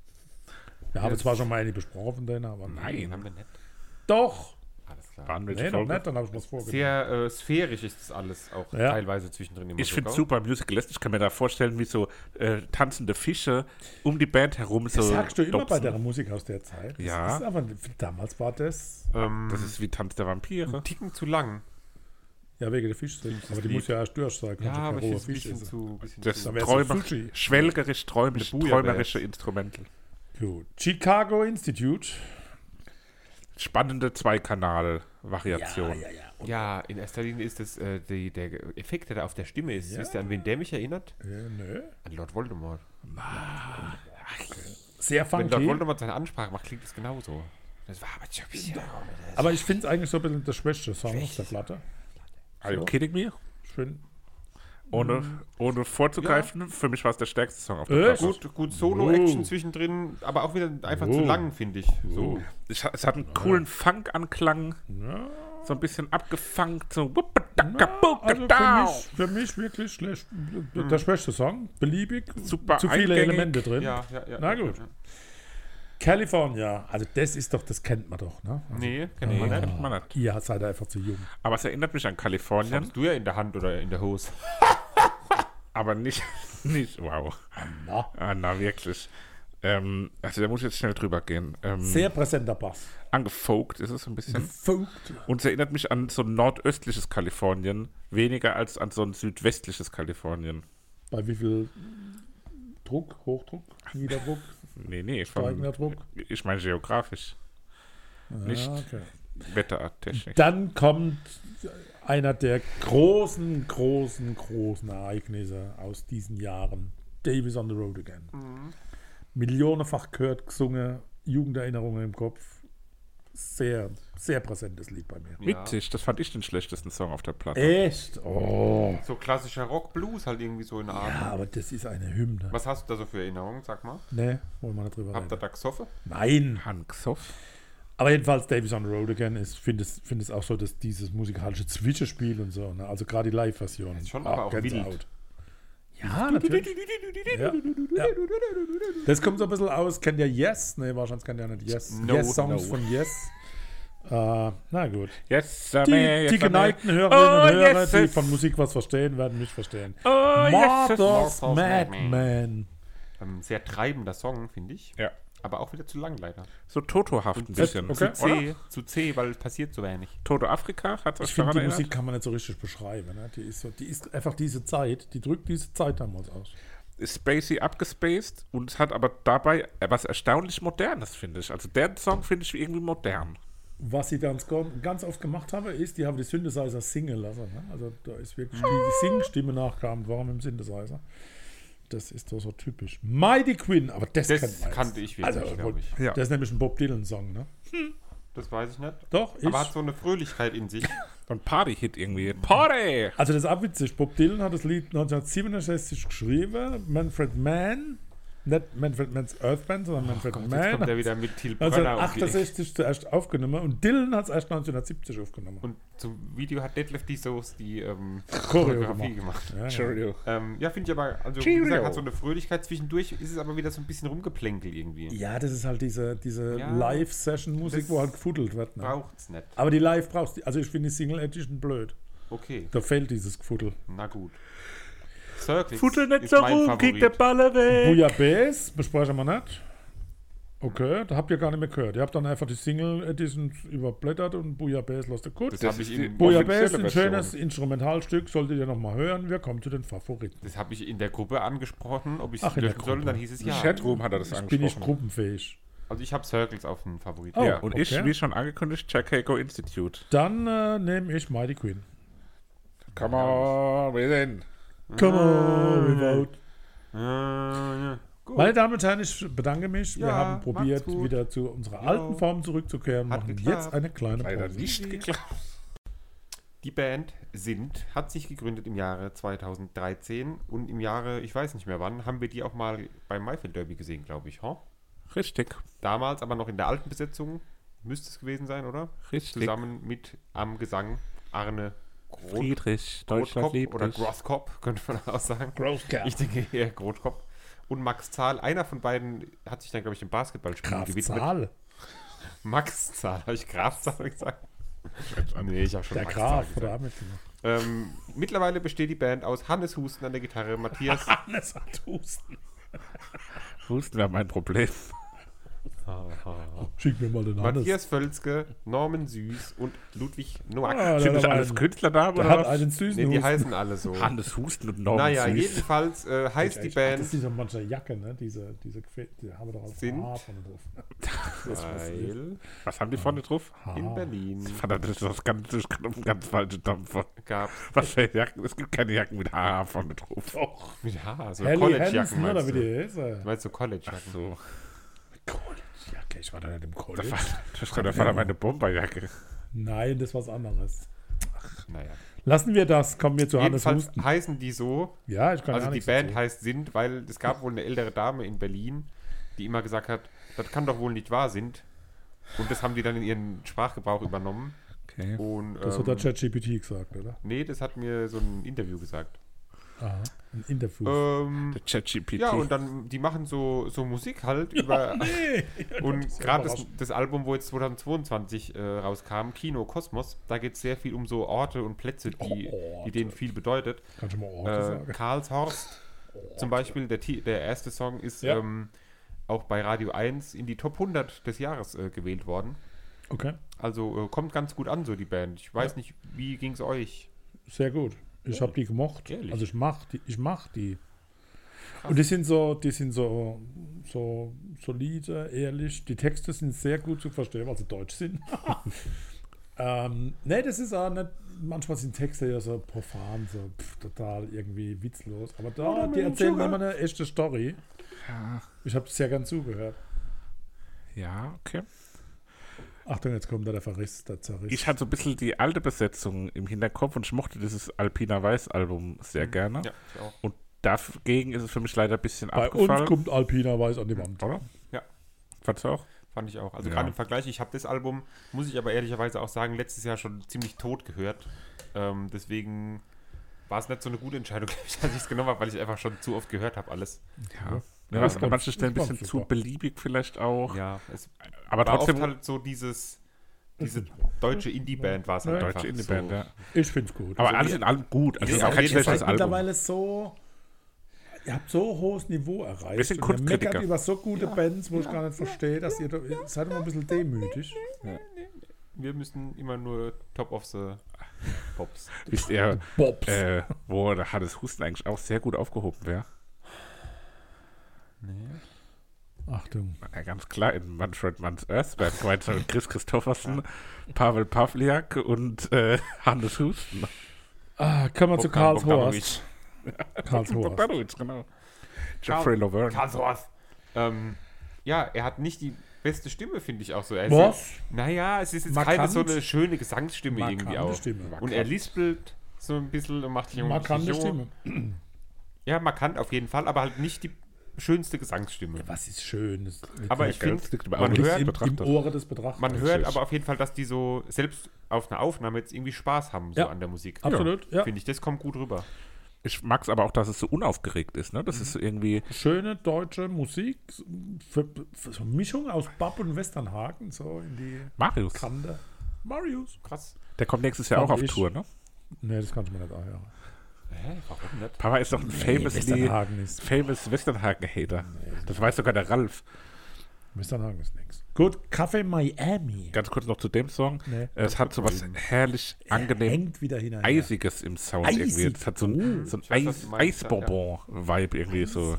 Wir haben Jetzt- zwar schon mal eine besprochen von denen, aber Nein. Haben wir nicht. doch. Alles klar. Waren welche Nee, noch Folge? nicht, dann habe ich was vorgenommen. Sehr sphärisch ist das alles auch Ja. teilweise zwischendrin immer Ich finde sogar. super Musical lässt. Ich kann mir da vorstellen, wie so tanzende Fische um die Band herum so. Das sagst du immer bei dopsen. der Musik aus der Zeit. Das Ja. Ist aber, damals war das, Das ist wie Tanz der Vampire. Ein Ticken zu lang. ja, wegen der Fischsuppe. Aber die Lied. muss ja erst durch sein. Ja, Kannst du aber kein ich roher finde es Fisch ein bisschen essen. zu... Bisschen Das zu Dann wär's Träumer, so Sushi. schwelgerisch, träumisch, Eine Bouillabaisse. träumerische Instrumental. Gut. Chicago Institute. Spannende Zweikanal-Variation. ja, in erster Linie ist das der Effekt, der da auf der Stimme ist. Ja. Wisst ihr, an wen der mich erinnert? Nö. An Lord Voldemort. Sehr Wenn Lord funky. Voldemort seine Ansprache macht, klingt es genauso. Das war aber schon ein bisschen... Aber ich finde es eigentlich so ein bisschen der schwächste Song auf der Platte. Are you kidding me? Schön. Ohne vorzugreifen, für mich war es der stärkste Song auf der Platte. Gut Solo-Action Oh. zwischendrin, aber auch wieder einfach Oh. zu lang, finde ich. So. Es hat einen coolen Funk-Anklang, Ja, so ein bisschen abgefunkt, so also für mich wirklich schlecht. Der schwächste Song. Beliebig. Super Zu viele eingängig. Elemente drin. Ja. Na gut. California. Also das ist doch, das kennt man doch. Ne? Also, Nee, kennt man nicht. kennt man nicht. ihr seid einfach zu jung. Aber es erinnert mich an Kalifornien, Hast du ja in der Hand oder in der Hose. aber nicht, wow. Na. Na, wirklich. Also da muss ich jetzt schnell drüber gehen. Sehr präsenter Bass. Angefolgt ist es ein bisschen. Gefolgt. Und es erinnert mich an so ein nordöstliches Kalifornien, weniger als an so ein südwestliches Kalifornien. Bei wie viel Druck, Hochdruck, Niederdruck, Nee, steigender Druck? ich meine geografisch, nicht Ah, okay. Wettertechnik. Dann kommt einer der großen Ereignisse aus diesen Jahren. Davis on the Road Again. Millionenfach gehört, gesungen, Jugenderinnerungen im Kopf. Sehr, sehr präsentes Lied bei mir. Witzig, das fand ich den schlechtesten Song auf der Platte. Echt? Oh. So klassischer Rock-Blues halt irgendwie so in der Art. Ja, aber das ist eine Hymne. Was hast du da so für Erinnerungen, sag mal? Ne, wollen wir nicht drüber Habt ihr reden. da gesoffen? Nein. Hanksoff. Aber jedenfalls Davis on the Road Again ist, finde es auch so, dass dieses musikalische Zwischenspiel und so, ne? Also gerade die Live-Version. Ist schon aber auch wild. Ja, natürlich. Ja. Ja. Das kommt so ein bisschen aus, kennt ihr Yes? Ne, wahrscheinlich kennt ihr nicht Yes. No, Yes-Songs no. von Yes. Na gut. Yes, Die geneigten Hörerinnen und Hörer, die yes. von Musik was verstehen, werden mich verstehen. Oh, yes, Martha's Martha's Madman. Sehr treibender Song, finde ich. Ja. Aber auch wieder zu lang, leider. So Toto-haft ein bisschen. okay. Zu zäh, weil es passiert so wenig. Toto Afrika hat Ich euch finde, daran die erinnert? Musik kann man nicht so richtig beschreiben. Ne? Die ist einfach diese Zeit, die drückt diese Zeit damals aus. Ist spacey abgespaced und es hat aber dabei was erstaunlich Modernes, finde ich. Also der Song finde ich irgendwie modern. Was sie dann ganz oft gemacht haben, ist, die haben die Synthesizer singen lassen. Ne? Also da ist wirklich die Singstimme nachkam, warum im Synthesizer. Das ist doch so typisch. Mighty Quinn, aber das kennt man Das jetzt. kannte ich wirklich, Also, glaube ich. Ja. Das ist nämlich ein Bob Dylan-Song, ne? Das weiß ich nicht. Doch, Aber hat so eine Fröhlichkeit in sich. So ein Party-Hit irgendwie. Party! Also das ist auch witzig. Bob Dylan hat das Lied 1967 geschrieben. Manfred Mann, nicht Manfred Mann's Earth Band, sondern Manfred Jetzt Mann. kommt er wieder mit Till Brönner um die Ecke. 1968 zuerst aufgenommen und Dylan hat es erst 1970 aufgenommen. Und zum Video hat Detlef die Soße die Choreo Choreografie gemacht. Ja, ja. Cheerio. Ja, finde ich aber, also wie Cheerio. gesagt, hat so eine Fröhlichkeit. Zwischendurch ist es aber wieder so ein bisschen rumgeplänkel irgendwie. Ja, das ist halt diese Ja, Live-Session-Musik, das wo halt gefuddelt wird. Ne? Braucht's nicht. Aber die Live brauchst du. Also ich finde die Single-Edition blöd. Okay, Da fehlt dieses Gefuddel. na gut. Circles Futter nicht ist so mein rum, Favorit. kriegt der Baller weg. Bouillabaisse besprechen wir nicht. Okay, da habt ihr gar nicht mehr gehört. Ihr habt dann einfach die Single-Edition überblättert und Bouillabaisse lasst ihr gut. Das habe ich, ist die- in- Bouillabaisse, offizielle ein Version. schönes Instrumentalstück, solltet ihr nochmal hören. Wir kommen zu den Favoriten. das hab ich in der Gruppe angesprochen, ob ich Ach, es in der löschen soll. Und dann Gruppe. hieß es Im ja. Chatroom hat er das Bin ich angesprochen. gruppenfähig. Also ich habe Circles auf dem Favorit. Oh. Ja, und okay. ich, wie schon angekündigt, Chicago Institute. Dann nehme ich Mighty Queen. Come on, wir in. Come on, we vote. Ja. Gut. Meine Damen und Herren, ich bedanke mich. Wir Ja, haben probiert, macht's gut. wieder zu unserer Jo. alten Form zurückzukehren und Hat machen geklappt. jetzt eine kleine Leider Pause. nicht geklappt. Die Band hat sich gegründet im Jahre 2013 und im Jahre, ich weiß nicht mehr wann, haben wir die auch mal beim Maifeld Derby gesehen, glaube ich. Huh? Richtig, Damals aber noch in der alten Besetzung, müsste es gewesen sein, oder? richtig. Zusammen mit am Gesang Arne Friedrich, Deutschland Grothkopf liebt oder dich. Grothkopf, könnte man auch sagen. Großkerl. Ich denke eher Grothkopf. Und Max Zahl, einer von beiden hat sich dann, glaube ich, dem Basketballspielen Graf Zahl. Max Zahl, habe ich Graf Zahl gesagt? Nee, ich habe schon Der Max Graf Zahl oder gesagt. damit gemacht. Mittlerweile besteht die Band aus Hannes Husten an der Gitarre, Matthias Hannes hat Husten. Husten wäre mein Problem. Schick mir mal den Hannes. Matthias Völzke, Norman Süß und Ludwig Noack. Ah, Sind das der alles hat Künstlernamen der oder hat was? einen süßen Nee, die Husten. heißen alle so. Hannes Husten und Norman Naja, Süß. jedenfalls heißt die Das Band ist diese manche Jacke, ne? Die haben wir doch als Sind- Haar von drauf. Das weil Was haben die vorne drauf? in Berlin Verdammt, das ist das ganz falsche Dampfer. gab Was für Jacken? Es gibt keine Jacken mit Haar vorne drauf. Doch. mit Haar, so Helly College-Jacken Hansen, oder meinst wie du? die ist. Du meinst so College-Jacken? So. College-Jacke, ich war da nicht im College. Das war der Vater meine Bomberjacke. Nein, das ist was anderes. Naja. Lassen wir das, kommen wir zu Hannes Jedenfalls Husten. heißen die so, Ja, ich kann also gar die nichts Band dazu. heißt Sind, weil es gab wohl eine ältere Dame in Berlin, die immer gesagt hat, das kann doch wohl nicht wahr sind. Und das haben die dann in ihren Sprachgebrauch übernommen. Okay. Und, Das hat der ChatGPT gesagt, oder? nee, das hat mir so ein Interview gesagt. Aha, ein Interview. Der ChatGPT. Ja, und dann, die machen so Musik halt über. Nee. Und ist gerade überraschend. das Album, wo jetzt 2022 rauskam, Kino Kosmos, da geht es sehr viel um so Orte und Plätze, die denen viel bedeutet. Kannst du mal Orte sagen? Karlshorst zum Beispiel, der erste Song ist Ja. auch bei Radio 1 in die Top 100 des Jahres gewählt worden. Okay, Also kommt ganz gut an, so die Band. Ich weiß nicht, wie ging es euch? sehr gut. Ich habe die gemocht. Ehrlich? Also ich mach die. Und die sind so solide, ehrlich. Die Texte sind sehr gut zu verstehen, weil sie deutsch sind. Nee, das ist auch nicht. Manchmal sind Texte ja so profan, so total irgendwie witzlos. Aber da, die erzählen immer eine echte Story. Ja, Ich habe sehr gern zugehört. ja, okay. Achtung, jetzt kommt da der Verriss, der Zerriss. Ich hatte so ein bisschen die alte Besetzung im Hinterkopf und ich mochte dieses Alpina Weiß-Album sehr gerne. Ja, ich auch. Und dagegen ist es für mich leider ein bisschen Bei abgefallen. uns kommt Alpina Weiß an die Wand. Oder? Ja. Fandst du auch? Fand ich auch. Also Ja. gerade im Vergleich, ich habe das Album, muss ich aber ehrlicherweise auch sagen, letztes Jahr schon ziemlich tot gehört. Deswegen war es nicht so eine gute Entscheidung, glaub ich, als ich es genommen habe, weil ich einfach schon zu oft gehört habe alles. Ja. Ja, Ja, was das an manchen war- Stellen ein das war bisschen super. zu beliebig vielleicht auch. Ja, es Aber war trotzdem oft halt so diese deutsche Indie-Band war es halt Ja. einfach. deutsche Indie-Band, so. ja. Ich finde es gut. Aber Also alles in allem gut. Also ist ist auch auf kein jeden schlechtes Fall Album. mittlerweile so. ihr habt so hohes Niveau erreicht. Wir sind und ihr Kunstkritiker. meckert über so gute Bands, wo ich gar nicht verstehe, dass ihr seid immer ein bisschen demütig. Wir müssen immer nur Top of the Pops. Wisst ihr, Bobs. wo der Hannes Husten eigentlich auch sehr gut aufgehoben wäre? Achtung. Ja, ganz klar, in Manfred Manns Earthband gemeinsam mit Chris Christoffersen, Pavel Pawliak und Hannes Husten. Können wir zu Karls Horst. Karls Horst. Bogdanovic, genau. Jeffrey Laverne. Karlshorst. Ja, er hat nicht die beste Stimme, finde ich auch so. Er ist Was? Naja, es ist jetzt Markant. keine so eine schöne Gesangsstimme Markante irgendwie auch. Stimme. Und er lispelt so ein bisschen und macht sich Markante so- Stimme. Ja, markant auf jeden Fall, aber halt nicht die schönste Gesangsstimme. Was ist schön? Das Aber ich finde, liegt im man Auge des hört, im Betrachters. Ohre des Betrachters. man hört aber auf jeden Fall, dass die so selbst auf einer Aufnahme jetzt irgendwie Spaß haben so Ja. an der Musik. Absolut, ja. Finde ich, das kommt gut rüber. Ich mag es aber auch, dass es so unaufgeregt ist. Ne? Das ist so irgendwie. Schöne deutsche Musik, für so eine Mischung aus Bab und Westernhagen, so in die Marius. Kante. Marius. Krass. Der kommt nächstes Jahr Fand auch auf ich. Tour, ne? Nee, das kann ich mir nicht anhören. Hä, warum nicht? Papa ist doch ein Westernhagen ist. famous Westernhagen-Hater. Das weiß sogar der Ralf. Westernhagen ist nichts. Gut, Kaffee Miami. Ganz kurz noch zu dem Song. Nee. Es hat so was herrlich angenehm Hängt wieder hinein. Eisiges im Sound Eisig. irgendwie. Es hat so ein, so ein Ich weiß, was du meinst, Eisbonbon-Vibe irgendwie so.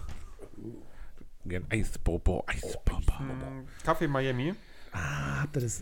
Ja, ein Eisbonbon. Kaffee Miami. Habt ihr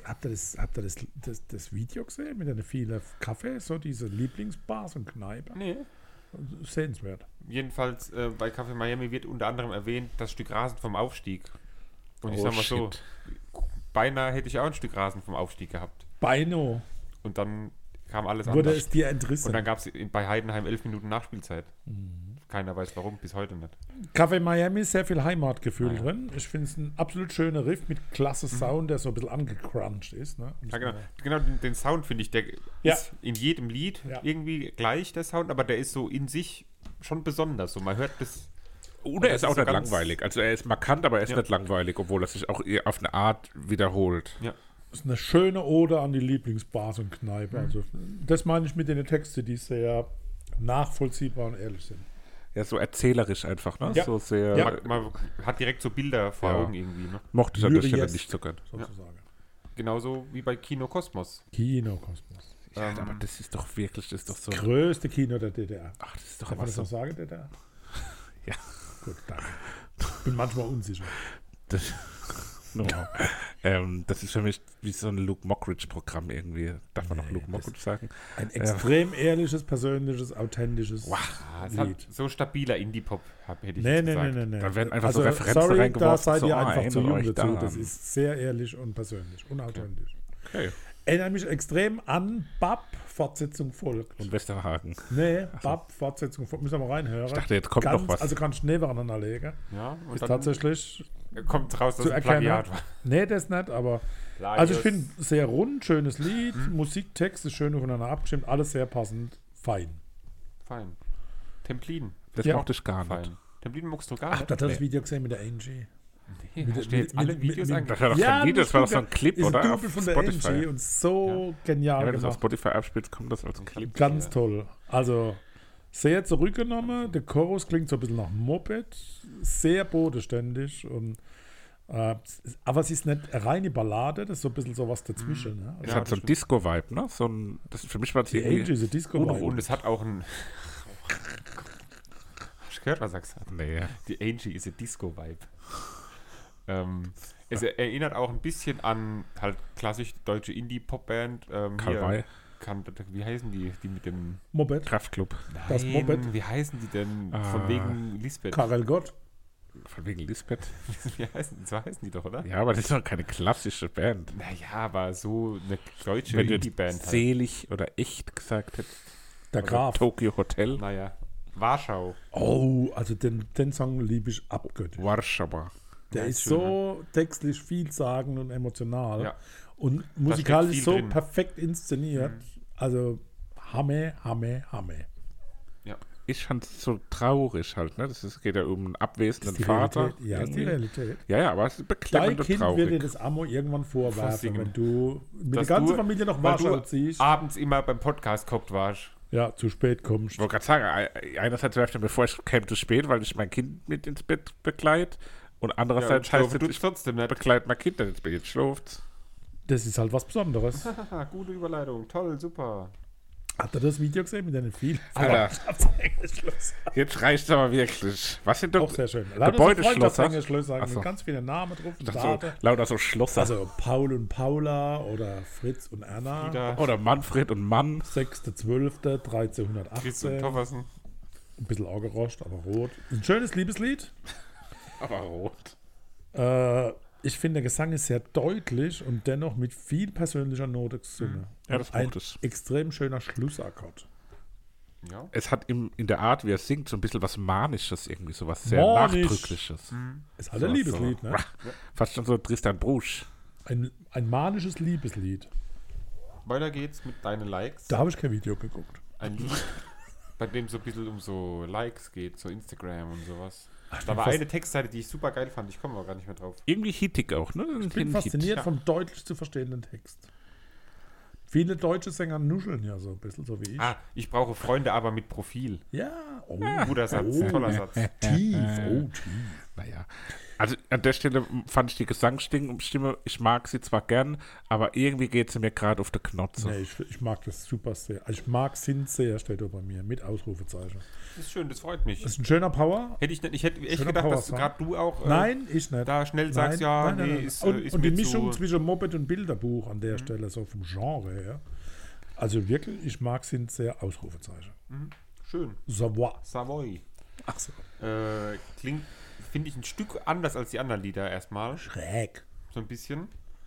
das Video gesehen mit den vielen Kaffee, so diese Lieblingsbars und Kneipen? Nee. Sehenswert. Jedenfalls bei Kaffee Miami wird unter anderem erwähnt, das Stück Rasen vom Aufstieg. Und ich Oh, sag mal so, shit. beinahe hätte ich auch ein Stück Rasen vom Aufstieg gehabt. Beino Und dann kam alles wurde anders. es dir Und entrissen. dann gab es bei Heidenheim 11 Minuten Nachspielzeit. Keiner weiß warum, bis heute nicht. Kaffee Miami ist sehr viel Heimatgefühl Ja. drin. Ich finde es ein absolut schöner Riff mit klasse Sound, der so ein bisschen angecrunched ist. Ne? Ja, genau den Sound finde ich, der Ja. ist in jedem Lied Ja. irgendwie gleich, der Sound, aber der ist so in sich schon besonders. So, man hört das. Oder er Das ist auch ist so nicht ganz- langweilig. Also er ist markant, aber er ist Ja. nicht langweilig, obwohl er sich auch eher auf eine Art wiederholt. Ja. Das ist eine schöne Ode an die Lieblingsbars und Kneipe. Mhm. Also, das meine ich mit den Texten, die sehr nachvollziehbar und ehrlich sind. Ja, so erzählerisch einfach, ne? Ja. So sehr. Ja. Man hat direkt so Bilder vor Ja. Augen irgendwie. Ne? Mochte ich an der Stelle Lyriest. nicht so gern. Sozusagen. Genauso wie bei Kino Kosmos. Kinokosmos. Ja, aber das ist doch wirklich, das ist doch so. Größte Kino der DDR. Ach, das ist doch Darf man was das so. noch sagen, DDR? Ja. Gut, danke. Bin manchmal unsicher. Das, no. Das ist für mich wie so ein Luke Mockridge-Programm irgendwie. Darf man noch Luke Mockridge sagen? Ein extrem ehrliches, persönliches, authentisches Es hat Lied. so stabiler Indie-Pop, hätte ich Nee, jetzt nee, gesagt. nee, nee. Da werden einfach so also, Referenzen sorry, da reingeworfen, seid so, ihr einfach erinnert zu jung euch dazu. daran. Das ist sehr ehrlich und persönlich und authentisch. Okay. Erinnert mich extrem an Bab, Fortsetzung folgt. Und Westerhagen. Nee, Bab, Fortsetzung folgt. Müssen wir mal reinhören. Ich dachte, jetzt kommt noch was. Also kann ich nicht nebeneinander legen. Ja, und Ist dann tatsächlich kommt raus, dass zu es ein erkennen. Plagiat war. Nee, das nicht, aber. Also ich finde, sehr rund, schönes Lied, Musik, Text ist schön aufeinander abgestimmt, alles sehr passend, fein. Fein. Templin. Das Ja. mochte ich gar nicht. Fein. Templin magst du gar Ach, nicht? da hat das Video gesehen mit der Angie. Nee, mit- hast du jetzt mit- alle mit- Videos mit- angeguckt? Das war doch kein Video, das war doch so ein Clip, ist oder? ein Auf Double von der Spotify. Angie und so genial Ja, wenn du es auf gemacht. Spotify abspielst, kommt das als Clip. Ganz toll. Also sehr zurückgenommen. Der Chorus klingt so ein bisschen nach Moped. Sehr bodenständig. Und, aber es ist nicht eine reine Ballade, das ist so ein bisschen sowas dazwischen. Ne? Es Ja, hat so das ein Disco-Vibe, ne? So ein, das, für mich war es die Angie irgendwie. ist ein disco Und es hat auch ein... Hast du gehört, was er gesagt hat? Nee. Die Angie ist a Disco-Vibe. Es erinnert auch ein bisschen an halt klassisch deutsche Indie-Pop-Band. Karl May, Wie heißen die? Die mit dem... Moped. Kraftclub. Das Moped. Wie heißen die denn? Ah. Von wegen Lisbeth. Karel Gott. Von wegen Lisbeth. So heißen die doch, oder? Ja, aber das ist doch keine klassische Band. Naja, aber so eine deutsche Wenn du Indie-Band jetzt halt. selig oder echt gesagt hättest. Der Oder Graf. Tokyo Hotel. Naja, Warschau. Oh, also den Song liebe ich abgöttisch. Warschauer. Der Ja, ist schön, so textlich vielsagend und emotional. Ja. Und musikalisch viel so drin. perfekt inszeniert. Also Hamme. Ich fand es so traurig halt, ne? Es geht ja um einen abwesenden Die Vater. Realität. Ja, ist die irgendwie. Realität. Ja, aber es ist Dein beklemmend und Kind wird dir traurig. das Ammo irgendwann vorwerfen, Vorsingen. wenn du mit der Dass ganzen du- Familie nach Weil Warschau du ziehst. abends immer beim Podcast geguckt warst. Ja, zu spät kommst. Ich wollte gerade sagen, einerseits wäre ich bevor ich käme zu spät, weil ich mein Kind mit ins Bett begleite. Und andererseits heißt es, ich trotzdem nicht. begleite mein Kind dann ins Bett. Jetzt schläft. Das ist halt was Besonderes. Haha, gute Überleitung. Toll, super. Habt ihr das Video gesehen mit den vielen Alter. Verwandtschaftsschlösser? Jetzt reicht es aber wirklich. Was sind Auch doch sehr schön. Gebäudeschlösser? Schlösser Ach so. mit ganz vielen Namen drauf. Und so, Daten. lauter so Schlosser. Also Paul und Paula oder Fritz und Erna. Ida, Oder Manfred und Mann. 6.12.1318. Chris und Toffersen. Ein bisschen Augerost, aber rot. Ein schönes Liebeslied. Aber rot. Ich finde, der Gesang ist sehr deutlich und dennoch mit viel persönlicher Note gesungen. Ja, das Und ein mochte ich. extrem schöner Schlussakkord. Ja. Es hat in der Art, wie er singt, so ein bisschen was Manisches, irgendwie so was sehr Manisch. Nachdrückliches. Ist halt ein Liebeslied, ne? Fast schon so Tristan Brusch. Ein manisches Liebeslied. Weiter geht's mit deinen Likes. Da habe ich kein Video geguckt. Ein Lied, bei dem so ein bisschen um so Likes geht, so Instagram und sowas. Ach, Da war eine Textseite, die ich super geil fand. Ich komme aber gar nicht mehr drauf. Irgendwie hittig auch, ne? Ich bin fasziniert vom deutlich zu verstehenden Text. Viele deutsche Sänger nuscheln ja so ein bisschen, so wie ich. Ah, ich brauche Freunde, aber mit Profil. Ja, oh, Guter Satz, Oh. toller Satz. tief, oh, tief. Naja. Also an der Stelle fand ich die Gesangsstimme, ich mag sie zwar gern, aber irgendwie geht sie mir gerade auf die Knotze. Nee, ich mag das super sehr. Also ich mag Sinn sehr, steht da bei mir, mit Ausrufezeichen. Das ist schön, das freut mich. Das ist ein schöner Power. Ich hätte echt Schöner gedacht, dass Power-Song. gerade du auch Nein, ich nicht. da schnell sagst, ja, nee, ist Und mir die Mischung zu, zwischen Moped und Bilderbuch an der Stelle, so vom Genre her. Also wirklich, ich mag Sinn sehr, Ausrufezeichen. schön. Savoy. Savoy. Ach so. Klingt, finde ich, ein Stück anders als die anderen Lieder erstmal. Schräg. So ein bisschen.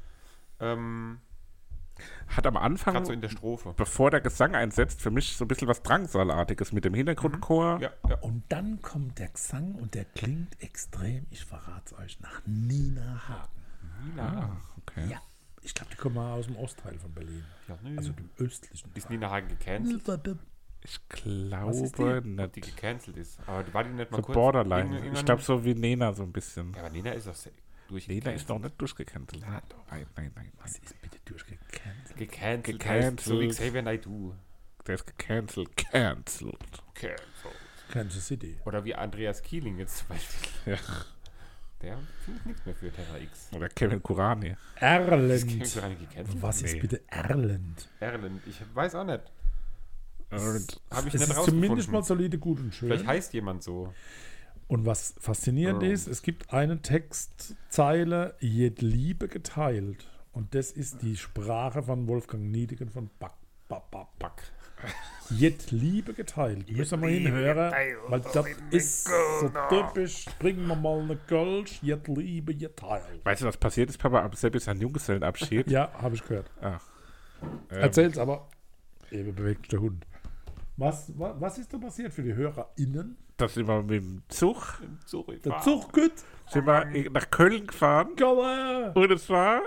Hat am Anfang, Gerade so in der Strophe. bevor der Gesang einsetzt, für mich so ein bisschen was Drangsalartiges mit dem Hintergrundchor. Ja, ja. Und dann kommt der Gesang und der klingt extrem, ich verrate es euch, nach Nina Hagen. Ah, okay. Ja. Ich glaube, die kommen mal aus dem Ostteil von Berlin. Ja, nö. Also dem östlichen. Ist Nina Hagen gecancelt? Ich ist glaube Ob die nicht. gecancelt ist. Aber war die nicht mal So kurz? Borderline. Irgendwann- Ich glaube so wie Nena so ein bisschen. Ja, aber Nina ist doch durchgecancelt. Nena ist noch nicht durchgecancelt. Nein, nein. Was ist bitte durchgecancelt? Gecancelt. Gecancelt. Heißt so wie Xavier Naidoo. Der ist gecancelt. Cancelled. Cancelled. Kansas City. Oder wie Andreas Kieling jetzt zum Beispiel. Ja. Der findet nichts mehr für Terra X. Oder Kevin Kurani. Ist Erland. gar nicht gecancelt. Was ist Nee. bitte Erland? Erland. Ich weiß auch nicht. Und Habe ich Es nicht ist rausgefunden. zumindest mal solide, gut und schön. Vielleicht heißt jemand so. Und was faszinierend ist, es gibt eine Textzeile, jed Liebe geteilt. Und das ist die Sprache von Wolfgang Niedigen von Back. Back. Jed Liebe geteilt. Müssen wir hinhören, weil das ist so typisch. Bringen wir mal eine Kölsch, jed Liebe geteilt. weißt du, was passiert ist, Papa? Am selbst ein Junggesellenabschied. Ja, habe ich gehört. Erzähl. Erzähl's aber. Eben bewegt der Hund. Was ist da passiert für die HörerInnen? Das sind wir mit dem Zug. Der Zug gut. Sind wir nach Köln gefahren. Komm, Und es war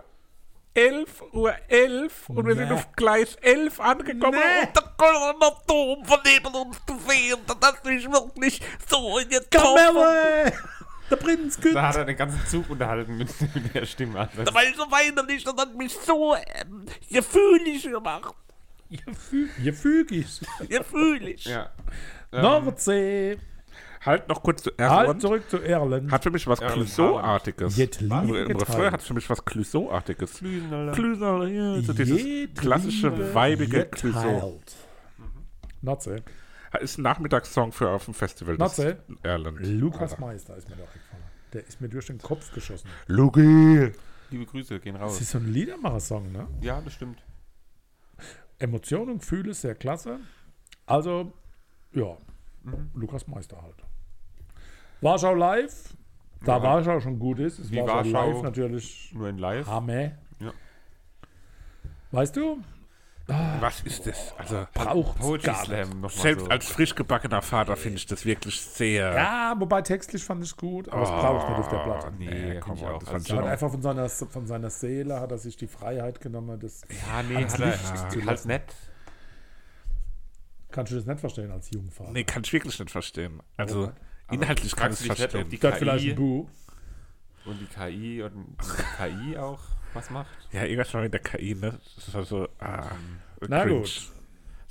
11:11 Uhr und wir sind Nee. auf Gleis 11 angekommen. Nee. Und der Kölner Dom von neben uns zu sehen. Das ist wirklich so in der komm, der Prinz gut. Da hat er den ganzen Zug unterhalten mit der Stimme. Also, Da war ich so weinerlich und hat mich so gefühlig gemacht. Gefügig. Gefühlig. ja. Nordsee. Halt noch kurz zu Halt Erland. zurück zu Erland. Hat für mich was Erland Clouseau-artiges. Jed Liebe Im Refrain geteilt. hat es für mich was Clouseau-artiges. Klüsenalter. Clouseau, ja, so dieses Jed klassische, Liebe weibige Clouseau. geteilt. Nordsee. Ist ein Nachmittagssong für auf dem Festival. das Nordsee. Erland. Lukas Meister ist mir doch gefallen. Der ist mir durch den Kopf geschossen. Lugi! Liebe Grüße, gehen Das raus. ist so ein Liedermacher-Song, ne? Ja, das stimmt. Emotionen und Gefühle sehr klasse. Also, ja, Lukas Meister halt. Warschau live, da Ja. Warschau schon gut ist, ist Wie Warschau Warschau live natürlich Nur in live. Hammer. Ja. Weißt du, Was ist das? Also, braucht Poetry gar nicht. Slam nochmal selbst so. als frisch gebackener Vater finde ich das wirklich sehr. Ja, wobei textlich fand ich es gut, aber es braucht nicht auf der Platte. Nee, komm find ich on, auch. das Also fand ich Er hat schon. einfach von seiner Seele hat er sich die Freiheit genommen. Das Ja, nee, ans hat Licht er zu halt lassen. nett. Kannst du das nicht verstehen als Jungvater? Nee, kann ich wirklich nicht verstehen. Also, Warum? inhaltlich kann ich fragst es du dich nicht, ob verstehen. die Das hat vielleicht KI ein Bu. und die KI und die KI auch was macht. Ja, irgendwas mal mit der KI, ne? Das ist also, Na cringe. gut. Das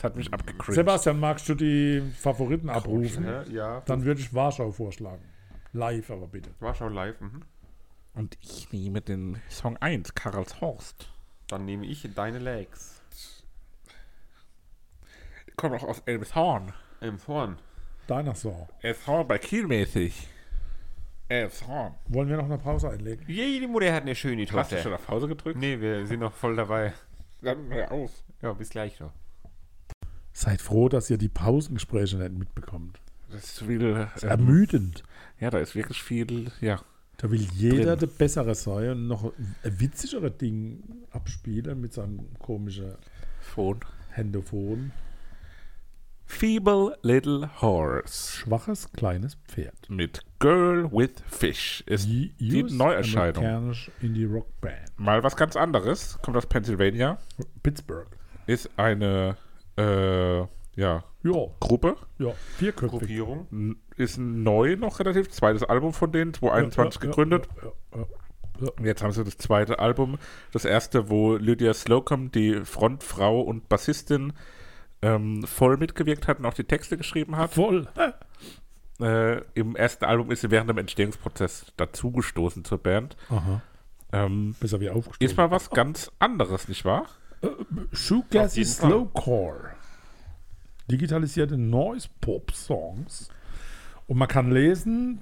Das hat mich abgecringed. Sebastian, magst du die Favoriten abrufen? Ja. Dann würde ich Warschau vorschlagen. Live aber bitte. Warschau live. Mhm. Und ich nehme den Song 1, Karlshorst. Dann nehme ich Deine Legs. Kommt auch aus Elmshorn. Elmshorn. Dinosaur. Elmshorn bei Kielmäßig. Elmshorn. Wollen wir noch eine Pause einlegen? Jede Mutter hat eine schöne Hast du schon Tochter. auf Pause gedrückt? Nee, wir sind noch voll dabei. Dann hör auf. Ja, bis gleich doch. Seid froh, dass ihr die Pausengespräche nicht mitbekommt. Das ist viel. Das ist ermüdend. Ja, da ist wirklich viel. Ja. Da will jeder Drin. der Bessere sein und noch ein witzigere Ding abspielen mit seinem komischen Phone. Händophon. Feeble Little Horse. Schwaches kleines Pferd. Mit Girl with Fish ist die Neuerscheinung. Amerikanische Indie-Rock-Band. Mal was ganz anderes. Kommt aus Pennsylvania. Pittsburgh. Ist eine Ja, Gruppe. ja, vierköpfig. Gruppierung. Ist neu noch relativ. Zweites Album von denen, 2021 gegründet. Ja. Und jetzt haben sie das zweite Album. Das erste, wo Lydia Slocum, die Frontfrau und Bassistin, voll mitgewirkt hat und auch die Texte geschrieben hat. Voll. Im ersten Album ist sie während dem Entstehungsprozess dazugestoßen zur Band. Aha. Besser wie aufgestoßen. Ist mal was ganz anderes, nicht wahr? Shoegazi Auf jeden Fall. Slowcore. Digitalisierte Noise-Pop-Songs. Und man kann lesen,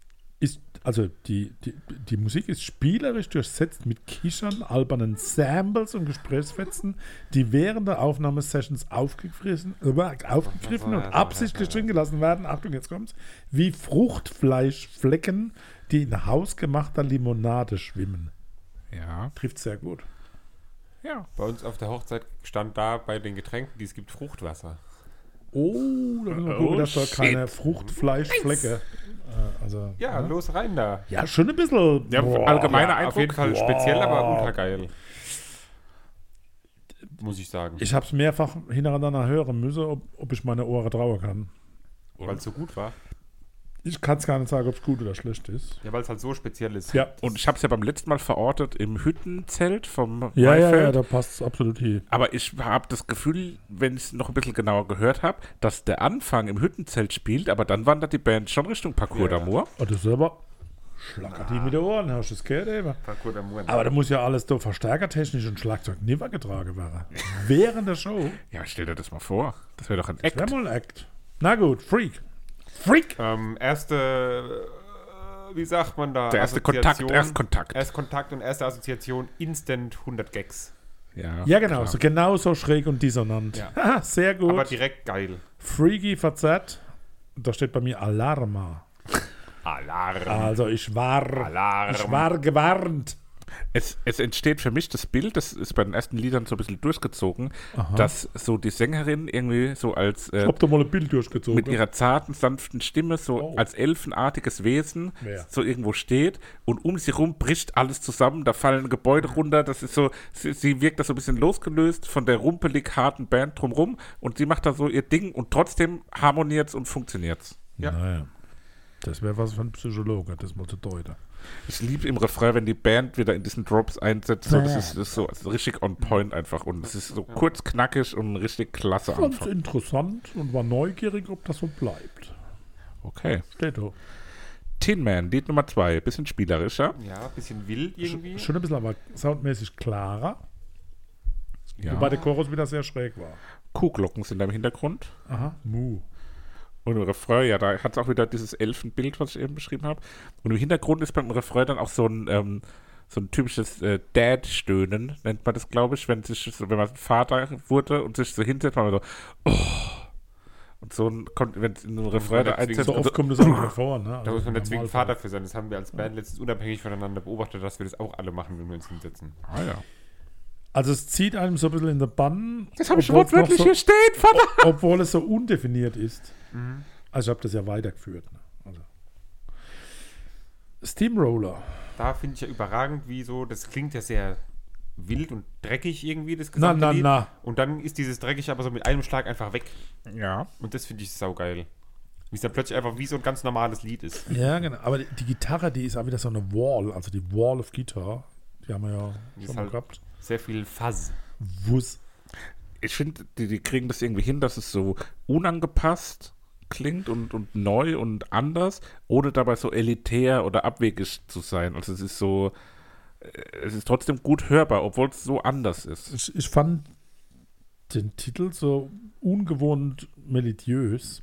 die Musik ist spielerisch durchsetzt mit Kichern, albernen Samples und Gesprächsfetzen, die während der Aufnahmesessions aufgegriffen und absichtlich drin gelassen werden. Achtung, jetzt kommt's. Wie Fruchtfleischflecken, die in hausgemachter Limonade schwimmen. Ja. Trifft sehr gut. Ja. Bei uns auf der Hochzeit stand da bei den Getränken, die es gibt, Fruchtwasser. Oh, da müssen wir gucken, dass da keine Fruchtfleischflecke. Also, Ja, los rein da. ja, schon ein bisschen. Ja, allgemeiner Auf Eindruck. jeden Fall speziell, aber ultra geil. Muss ich sagen. Ich habe es mehrfach hintereinander hören müssen, ob ich meine Ohren trauen kann. Weil es so gut war. Ich kann es gar nicht sagen, ob es gut oder schlecht ist. Ja, weil es halt so speziell ist. Ja, Und ich habe es ja beim letzten Mal verortet im Hüttenzelt vom ja, Maifeld. da passt es absolut hin. Aber ich habe das Gefühl, wenn ich es noch ein bisschen genauer gehört habe, dass der Anfang im Hüttenzelt spielt, aber dann wandert die Band schon Richtung Parcours Ja. d'Amour. Oh, das ist aber schlackert die mit den Ohren, hast du das gehört eben? Parcours d'Amour. Aber da muss ja alles da verstärkertechnisch und Schlagzeug nicht getragen werden. Während der Show. Ja, stell dir das mal vor. Das wäre doch ein Das wäre Act. mal ein Act. Na gut, Freak. Wie sagt man da? Der erste Kontakt, Erstkontakt. Erstkontakt und erste Assoziation, Instant 100 Gags. Ja, genau, klar. so genauso schräg und dissonant. Ja. Haha, sehr gut. Aber direkt geil. Freaky verzerrt. Da steht bei mir Alarma. Alarm. Also ich war gewarnt. Es entsteht für mich das Bild, das ist bei den ersten Liedern so ein bisschen durchgezogen, dass so die Sängerin irgendwie so als Ich hab da mal ein Bild durchgezogen. mit ihrer zarten, sanften Stimme so Oh. als elfenartiges Wesen Wer? so irgendwo steht und um sie rum bricht alles zusammen, da fallen Gebäude runter, das ist so, sie wirkt da so ein bisschen losgelöst von der rumpelig harten Band drumrum und sie macht da so ihr Ding und trotzdem harmoniert's und funktioniert's. Ja. Naja. Das wäre was für ein Psychologe, das mal zu deuten. Ich liebe im Refrain, wenn die Band wieder in diesen Drops einsetzt, so, das ist so richtig on point einfach und es ist so kurz, knackig und richtig klasse Ganz Anfang. interessant und war neugierig, ob das so bleibt. Okay. Steht da. Tin Man, Lied Nummer 2, bisschen spielerischer. Ja, bisschen wild irgendwie. Schon ein bisschen aber soundmäßig klarer. Ja. Wobei der Chorus wieder sehr schräg war. Kuhglocken sind da im Hintergrund. Aha. Mu. Und im Refrain, ja, da hat es auch wieder dieses Elfenbild, was ich eben beschrieben habe. Und im Hintergrund ist beim Refrain dann auch so ein typisches Dad-Stöhnen, nennt man das, glaube ich, wenn man Vater wurde und sich so hinsetzt, man so, oh. Und so kommt, wenn es in einem Refrain da einsetzt. So oft und kommt das auch nicht vor, ne? Da muss man im deswegen Normalfall. Vater für sein. Das haben wir als Band letztens unabhängig voneinander beobachtet, dass wir das auch alle machen, wenn wir uns hinsetzen. Ah ja. Also es zieht einem so ein bisschen in der Bann. Das habe ich obwohl es noch wortwörtlich so, hier stehen, Vater. obwohl es so undefiniert ist. Also ich habe das ja weitergeführt. Ne? Also. Steamroller. Da finde ich ja überragend, wie so, das klingt ja sehr wild und dreckig irgendwie, das Na, gesamte na, Lied. na. Und dann ist dieses dreckig aber so mit einem Schlag einfach weg. Ja. Und das finde ich saugeil. Wie es dann plötzlich einfach wie so ein ganz normales Lied ist. Ja, genau. Aber die Gitarre, die ist auch wieder so eine Wall. Also die Wall of Guitar. Die haben wir ja Die schon ist mal halt gehabt. sehr viel Fuzz. Wuss. Ich finde, die kriegen das irgendwie hin, dass es so unangepasst klingt und neu und anders, ohne dabei so elitär oder abwegig zu sein. Also es ist so, es ist trotzdem gut hörbar, obwohl es so anders ist. Ich fand den Titel so ungewohnt melodiös.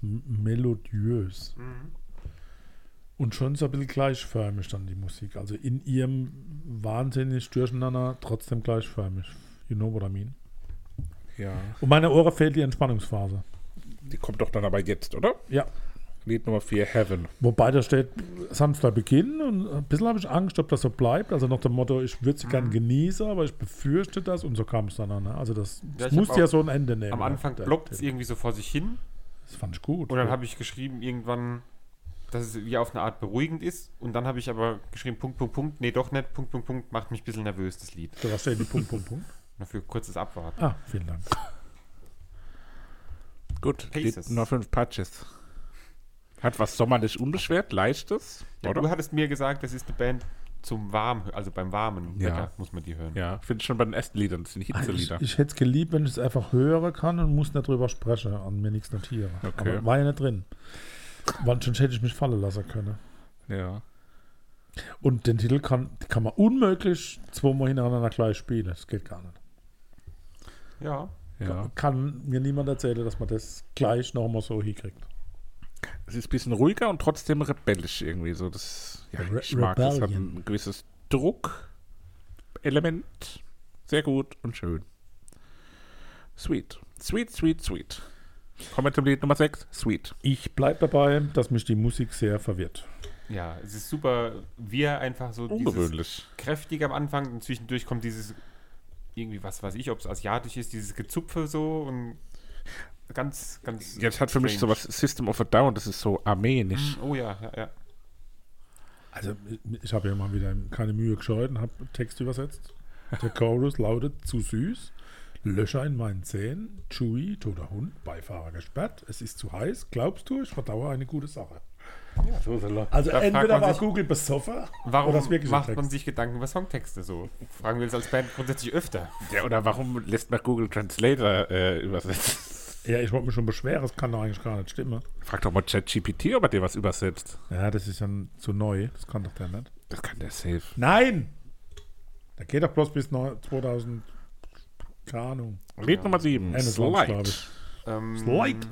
Und schon so ein bisschen gleichförmig dann die Musik. Also in ihrem wahnsinnig durcheinander trotzdem gleichförmig. You know what I mean? Ja. Und meiner Ohren fehlt die Entspannungsphase. Die kommt doch dann aber jetzt, oder? Ja. Lied Nummer 4, Heaven. Wobei da steht sanfter Beginn und ein bisschen habe ich Angst, ob das so bleibt. Also nach dem Motto, ich würde sie gern genießen, aber ich befürchte das und so kam es dann an. Ne? Also das Ja, ich muss hab ja auch so ein Ende nehmen. Am Anfang blockt es irgendwie so vor sich hin. Das fand ich gut. Und dann habe ich geschrieben irgendwann, dass es wie auf eine Art beruhigend ist. Und dann habe ich aber geschrieben, Punkt, Punkt, Punkt. Nee, doch nicht. Punkt, Punkt, Punkt. Macht mich ein bisschen nervös, das Lied. Da steht die Punkt, Punkt, Punkt. Dafür kurzes Abwarten. Ah, vielen Dank. Gut, Lied Paces. Nummer 5, Patches. Hat was sommerlich unbeschwert, leichtes, Ja, oder? du hattest mir gesagt, das ist eine Band zum Warm, also beim warmen Ja. Wetter muss man die hören. Ja, finde ich schon bei den ersten Liedern, das sind Hitzelieder. Ich hätte es geliebt, wenn ich es einfach hören kann und muss nicht drüber sprechen und mir nichts notieren. Okay. Aber war ja nicht drin. Weil sonst hätte ich mich fallen lassen können. Ja. Und den Titel kann man unmöglich zweimal hintereinander gleich spielen. Das geht gar nicht. Ja. Ja. Kann mir niemand erzählen, dass man das gleich nochmal so hinkriegt. Es ist ein bisschen ruhiger und trotzdem rebellisch irgendwie. So das, ja, Re- ich mag das. Hat Rebellion. ein gewisses Druckelement. Sehr gut und schön. Sweet. Sweet, sweet, sweet. Kommen wir zum Lied Nummer 6. Sweet. Ich bleibe dabei, dass mich die Musik sehr verwirrt. Ja, es ist super, wie er einfach so dieses Ungewöhnlich. kräftig am Anfang und zwischendurch kommt dieses irgendwie, was weiß ich, ob es asiatisch ist, dieses Gezupfe so und ganz, ganz Jetzt hat für mich strange. sowas System of a Down, das ist so armenisch. Oh ja, ja, ja. Also, ich habe ja mal wieder keine Mühe gescheut und habe Text übersetzt. Der Chorus lautet: Zu süß, Löcher in meinen Zähnen, Chewy, toter Hund, Beifahrer gesperrt, es ist zu heiß, glaubst du, ich verdauere eine gute Sache. So soll er. Also, Da fragt entweder man war sich, Google besoffen Warum oder das wirklich ein macht man Text. sich Gedanken über Songtexte so? Fragen wir das als Band grundsätzlich öfter. Ja, oder warum lässt man Google Translator übersetzen? Ja, ich wollte mich schon beschweren, das kann doch eigentlich gar nicht stimmen. Frag doch mal ChatGPT, ob er dir was übersetzt. Ja, das ist dann zu neu, das kann doch der nicht. Das kann der safe. Nein! Der geht doch bloß bis 2000, keine Ahnung. Lied Nummer 7. 21, glaub Slide. ich. Ähm, Slide.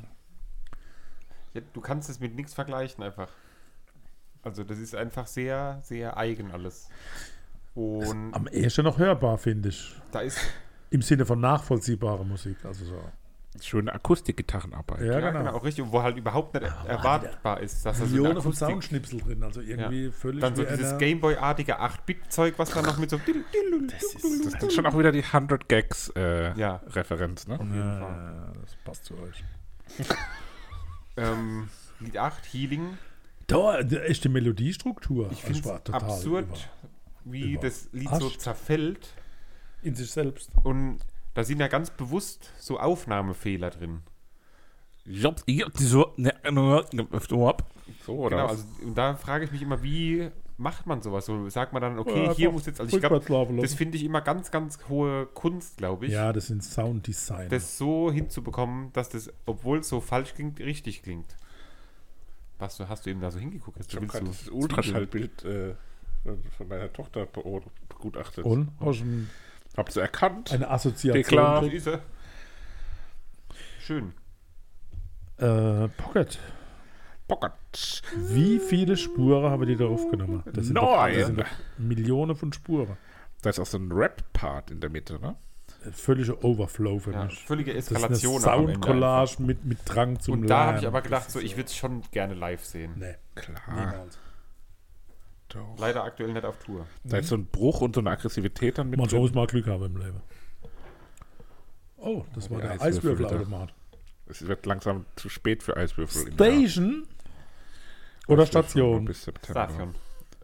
Ja, du kannst es mit nichts vergleichen einfach. Also das ist einfach sehr, sehr eigen alles. Und Am ehesten noch hörbar, finde ich. da ist, Im Sinne von nachvollziehbarer Musik. Also so. Schöne Akustikgitarrenarbeit. Ja, ja, genau. genau, auch richtig, wo halt überhaupt nicht erwartbar ist, dass da so eine Millionen von Akustik, Soundschnipsel drin. Also irgendwie völlig. dann so wie dieses eine- Gameboy-artige 8-Bit-Zeug, was dann noch mit so Das ist schon auch wieder die 100 Gags Ja. Referenz, ne? Ja, das passt zu euch. Lied 8, Healing. Da, echt die Melodiestruktur. Ich Also finde war es total absurd, wie das Lied so überrascht. zerfällt. in sich selbst. Und da sind ja ganz bewusst so Aufnahmefehler drin. So, oder? Genau, also und da frage ich mich immer, wie macht man sowas? So sagt man dann, okay, Ja, hier einfach muss jetzt, also ich glaube, rückwärts laufen das lassen. finde ich immer ganz, ganz hohe Kunst, glaube ich, Ja, das sind Sounddesign. das so hinzubekommen, dass das, obwohl es so falsch klingt, richtig klingt. Hast du eben da so hingeguckt? Ich habe gerade das Ultraschallbild von meiner Tochter begutachtet. Und? Hast du schon Habt ihr erkannt? eine Assoziation? Klar. gekriegt? Schön. Pocket. Pocket. Wie viele Spuren haben die da aufgenommen? Das sind, doch, Neun. das sind doch Millionen von Spuren. Da ist auch so ein Rap-Part in der Mitte, ne? Völlige Overflow für Ja, mich. völlige Das ist eine Eskalation. am Ende Soundcollage mit Drang zum Und da habe ich Lernen. aber gedacht, Das so, ist ich würde es schon gerne live sehen. Nee, Klar. niemals. Doch. Leider aktuell nicht auf Tour. Da ist so ein Bruch und so eine Aggressivität dann mit Man drin. muss mal Glück haben im Leben. Oh, das war der der Eiswürfel Eiswürfelautomat. Es wird langsam zu spät für Eiswürfel. im Station oder Jahr. Station? Bis September. Station.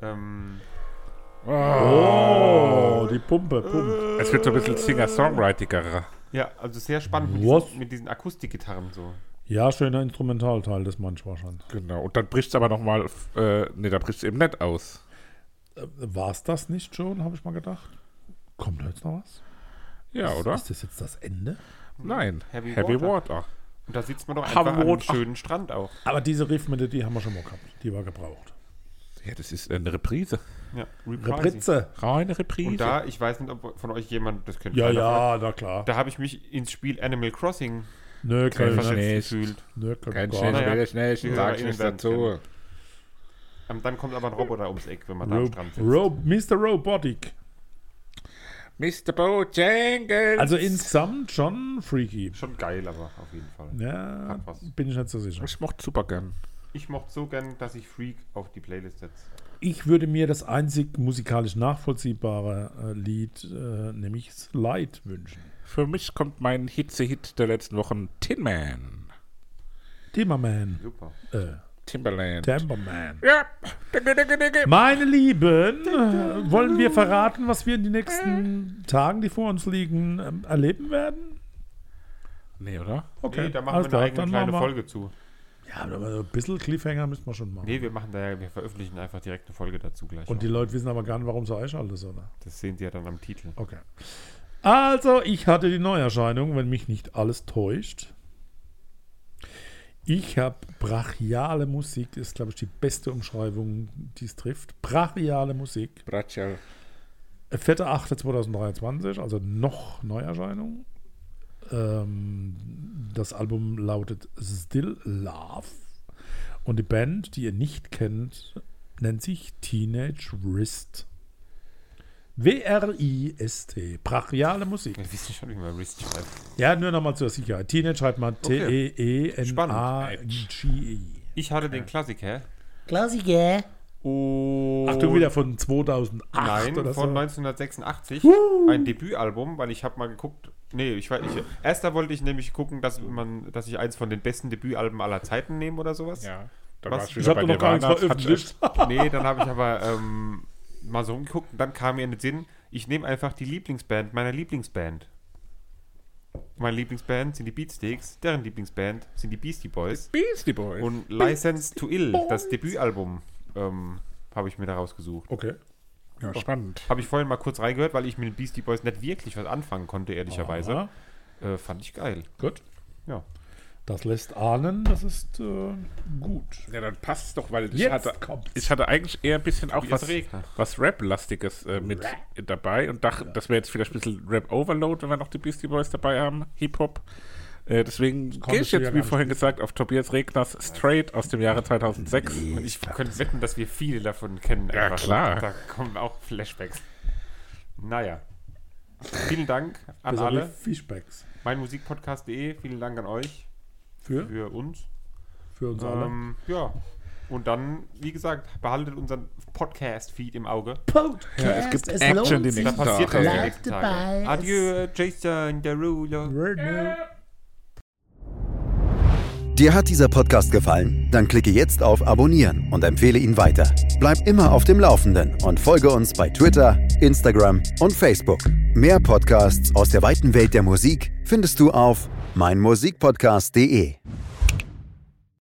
Oh, die Pumpe, pumpt. Es wird so ein bisschen Singer-Songwritiger. Ja, also sehr spannend mit Was? mit diesen Akustikgitarren so. Ja, schöner Instrumentalteil des manchmal schon. Genau. Und dann bricht es aber nochmal, nee, da bricht es eben nicht aus. War es das nicht schon, habe ich mal gedacht? Kommt da jetzt noch was? Ja, oder? Ist das jetzt das Ende? Nein, Heavy Heavy Water. Water. Und da sitzt man doch Heavy einfach an einem Water. schönen Strand auch. Aber diese Riffmelodie haben wir schon mal gehabt. Die war gebraucht. Ja, das ist eine Reprise. Ja, Repritze. Reine Reprise. Und da, ich weiß nicht, ob von euch jemand, das könnte Ja, keiner von ja, na klar. Da habe ich mich ins Spiel Animal Crossing Nö, kann ich versetzt nicht. nicht. gefühlt. Nö, kann Kein ich gar nicht. Naja, schnell, die sag's HörerInnen nicht werden dazu. Dann kommt aber ein Roboter ums Eck, wenn man da am Strand sitzt. Mr. Robotic. Mr. Bojangles. Also insgesamt schon freaky. Schon geil, aber auf jeden Fall. Ja, Hat was. bin ich nicht so sicher. Ich mochte super gern. Ich mochte so gern, dass ich Freak auf die Playlist setze. Ich würde mir das einzig musikalisch nachvollziehbare Lied, nämlich Slide, wünschen. Für mich kommt mein Hitze-Hit der letzten Wochen Tin Man. Timmerman. Super. Timberland. Timberman. Ja. Dicke. Meine Lieben, wollen wir verraten, was wir in den nächsten Tagen, die vor uns liegen, erleben werden? Nee, oder? Okay, Nee, da machen alles wir klar, eine eigene dann kleine machen wir- Folge zu. Ja, aber ein bisschen Cliffhanger müssen wir schon machen. Nee, wir veröffentlichen einfach direkt eine Folge dazu gleich. Und die auch. Leute wissen aber gar nicht, warum sie einschalten sollen. Das sehen sie ja dann am Titel. Okay. Also, ich hatte die Neuerscheinung, wenn mich nicht alles täuscht. Ich habe brachiale Musik, das ist, glaube ich, die beste Umschreibung, die es trifft. Brachiale Musik. Bratschal. 4.8.2023, also noch Neuerscheinung. Das Album lautet Still Love. Und die Band, die ihr nicht kennt, nennt sich Teenage Wrist. W-R-I-S-T. Brachiale Musik. Wir wissen schon, wie man Wrist schreibt. Ja, nur nochmal zur Sicherheit. Teenage schreibt man T-E-E-N-A-G-E. Ich hatte den Klassiker. Klassiker. Und Achtung, wieder von 2008 Nein, oder von so. 1986. Ein Debütalbum, weil ich habe mal geguckt. Nee, erst da wollte ich nämlich gucken, dass ich eins von den besten Debütalben aller Zeiten nehme oder sowas. Ja. Da Was? warst du Ich wieder habe bei noch gar nichts Nirvana. veröffentlicht. Nee, dann habe ich aber mal so rumgeguckt und dann kam mir in den Sinn, ich nehme einfach die Lieblingsband meiner Lieblingsband. Meine Lieblingsband sind die Beatsteaks, deren Lieblingsband sind die Beastie Boys. Beastie Boys. Und License to Ill, das Debütalbum, habe ich mir da rausgesucht. Okay. Ja, spannend. Habe ich vorhin mal kurz reingehört, weil ich mit den Beastie Boys nicht wirklich was anfangen konnte, ehrlicherweise. Aha. Fand ich geil. Gut. Ja. Das lässt ahnen, das ist gut. Ja, dann passt es doch, weil Jetzt kommt's. ich hatte eigentlich eher ein bisschen auch Wie es was regnet. Rap-lastiges mit dabei und dachte, das wäre jetzt vielleicht ein bisschen Rap-Overload, wenn wir noch die Beastie Boys dabei haben, Hip-Hop. Deswegen gehe konntest ich du ja jetzt, gar wie nicht vorhin gesagt, auf Tobias Regners Straight aus dem Jahre 2006. Und ich könnte wetten, dass wir viele davon kennen. Ja, klar. Da kommen auch Flashbacks. Naja. Vielen Dank an Besser alle. wie Fishbacks. Meinmusikpodcast.de. Vielen Dank an euch für uns. Für uns alle. Ja. Und dann, wie gesagt, behaltet unseren Podcast-Feed im Auge. Podcast, Ja, es gibt es Action lohnt die sich. Da nächsten passiert was Tage. die Bleibt nächsten dabei. Tage. Adieu, Jason Derulo. Dir hat dieser Podcast gefallen? Dann klicke jetzt auf Abonnieren und empfehle ihn weiter. Bleib immer auf dem Laufenden und folge uns bei Twitter, Instagram und Facebook. Mehr Podcasts aus der weiten Welt der Musik findest du auf meinmusikpodcast.de.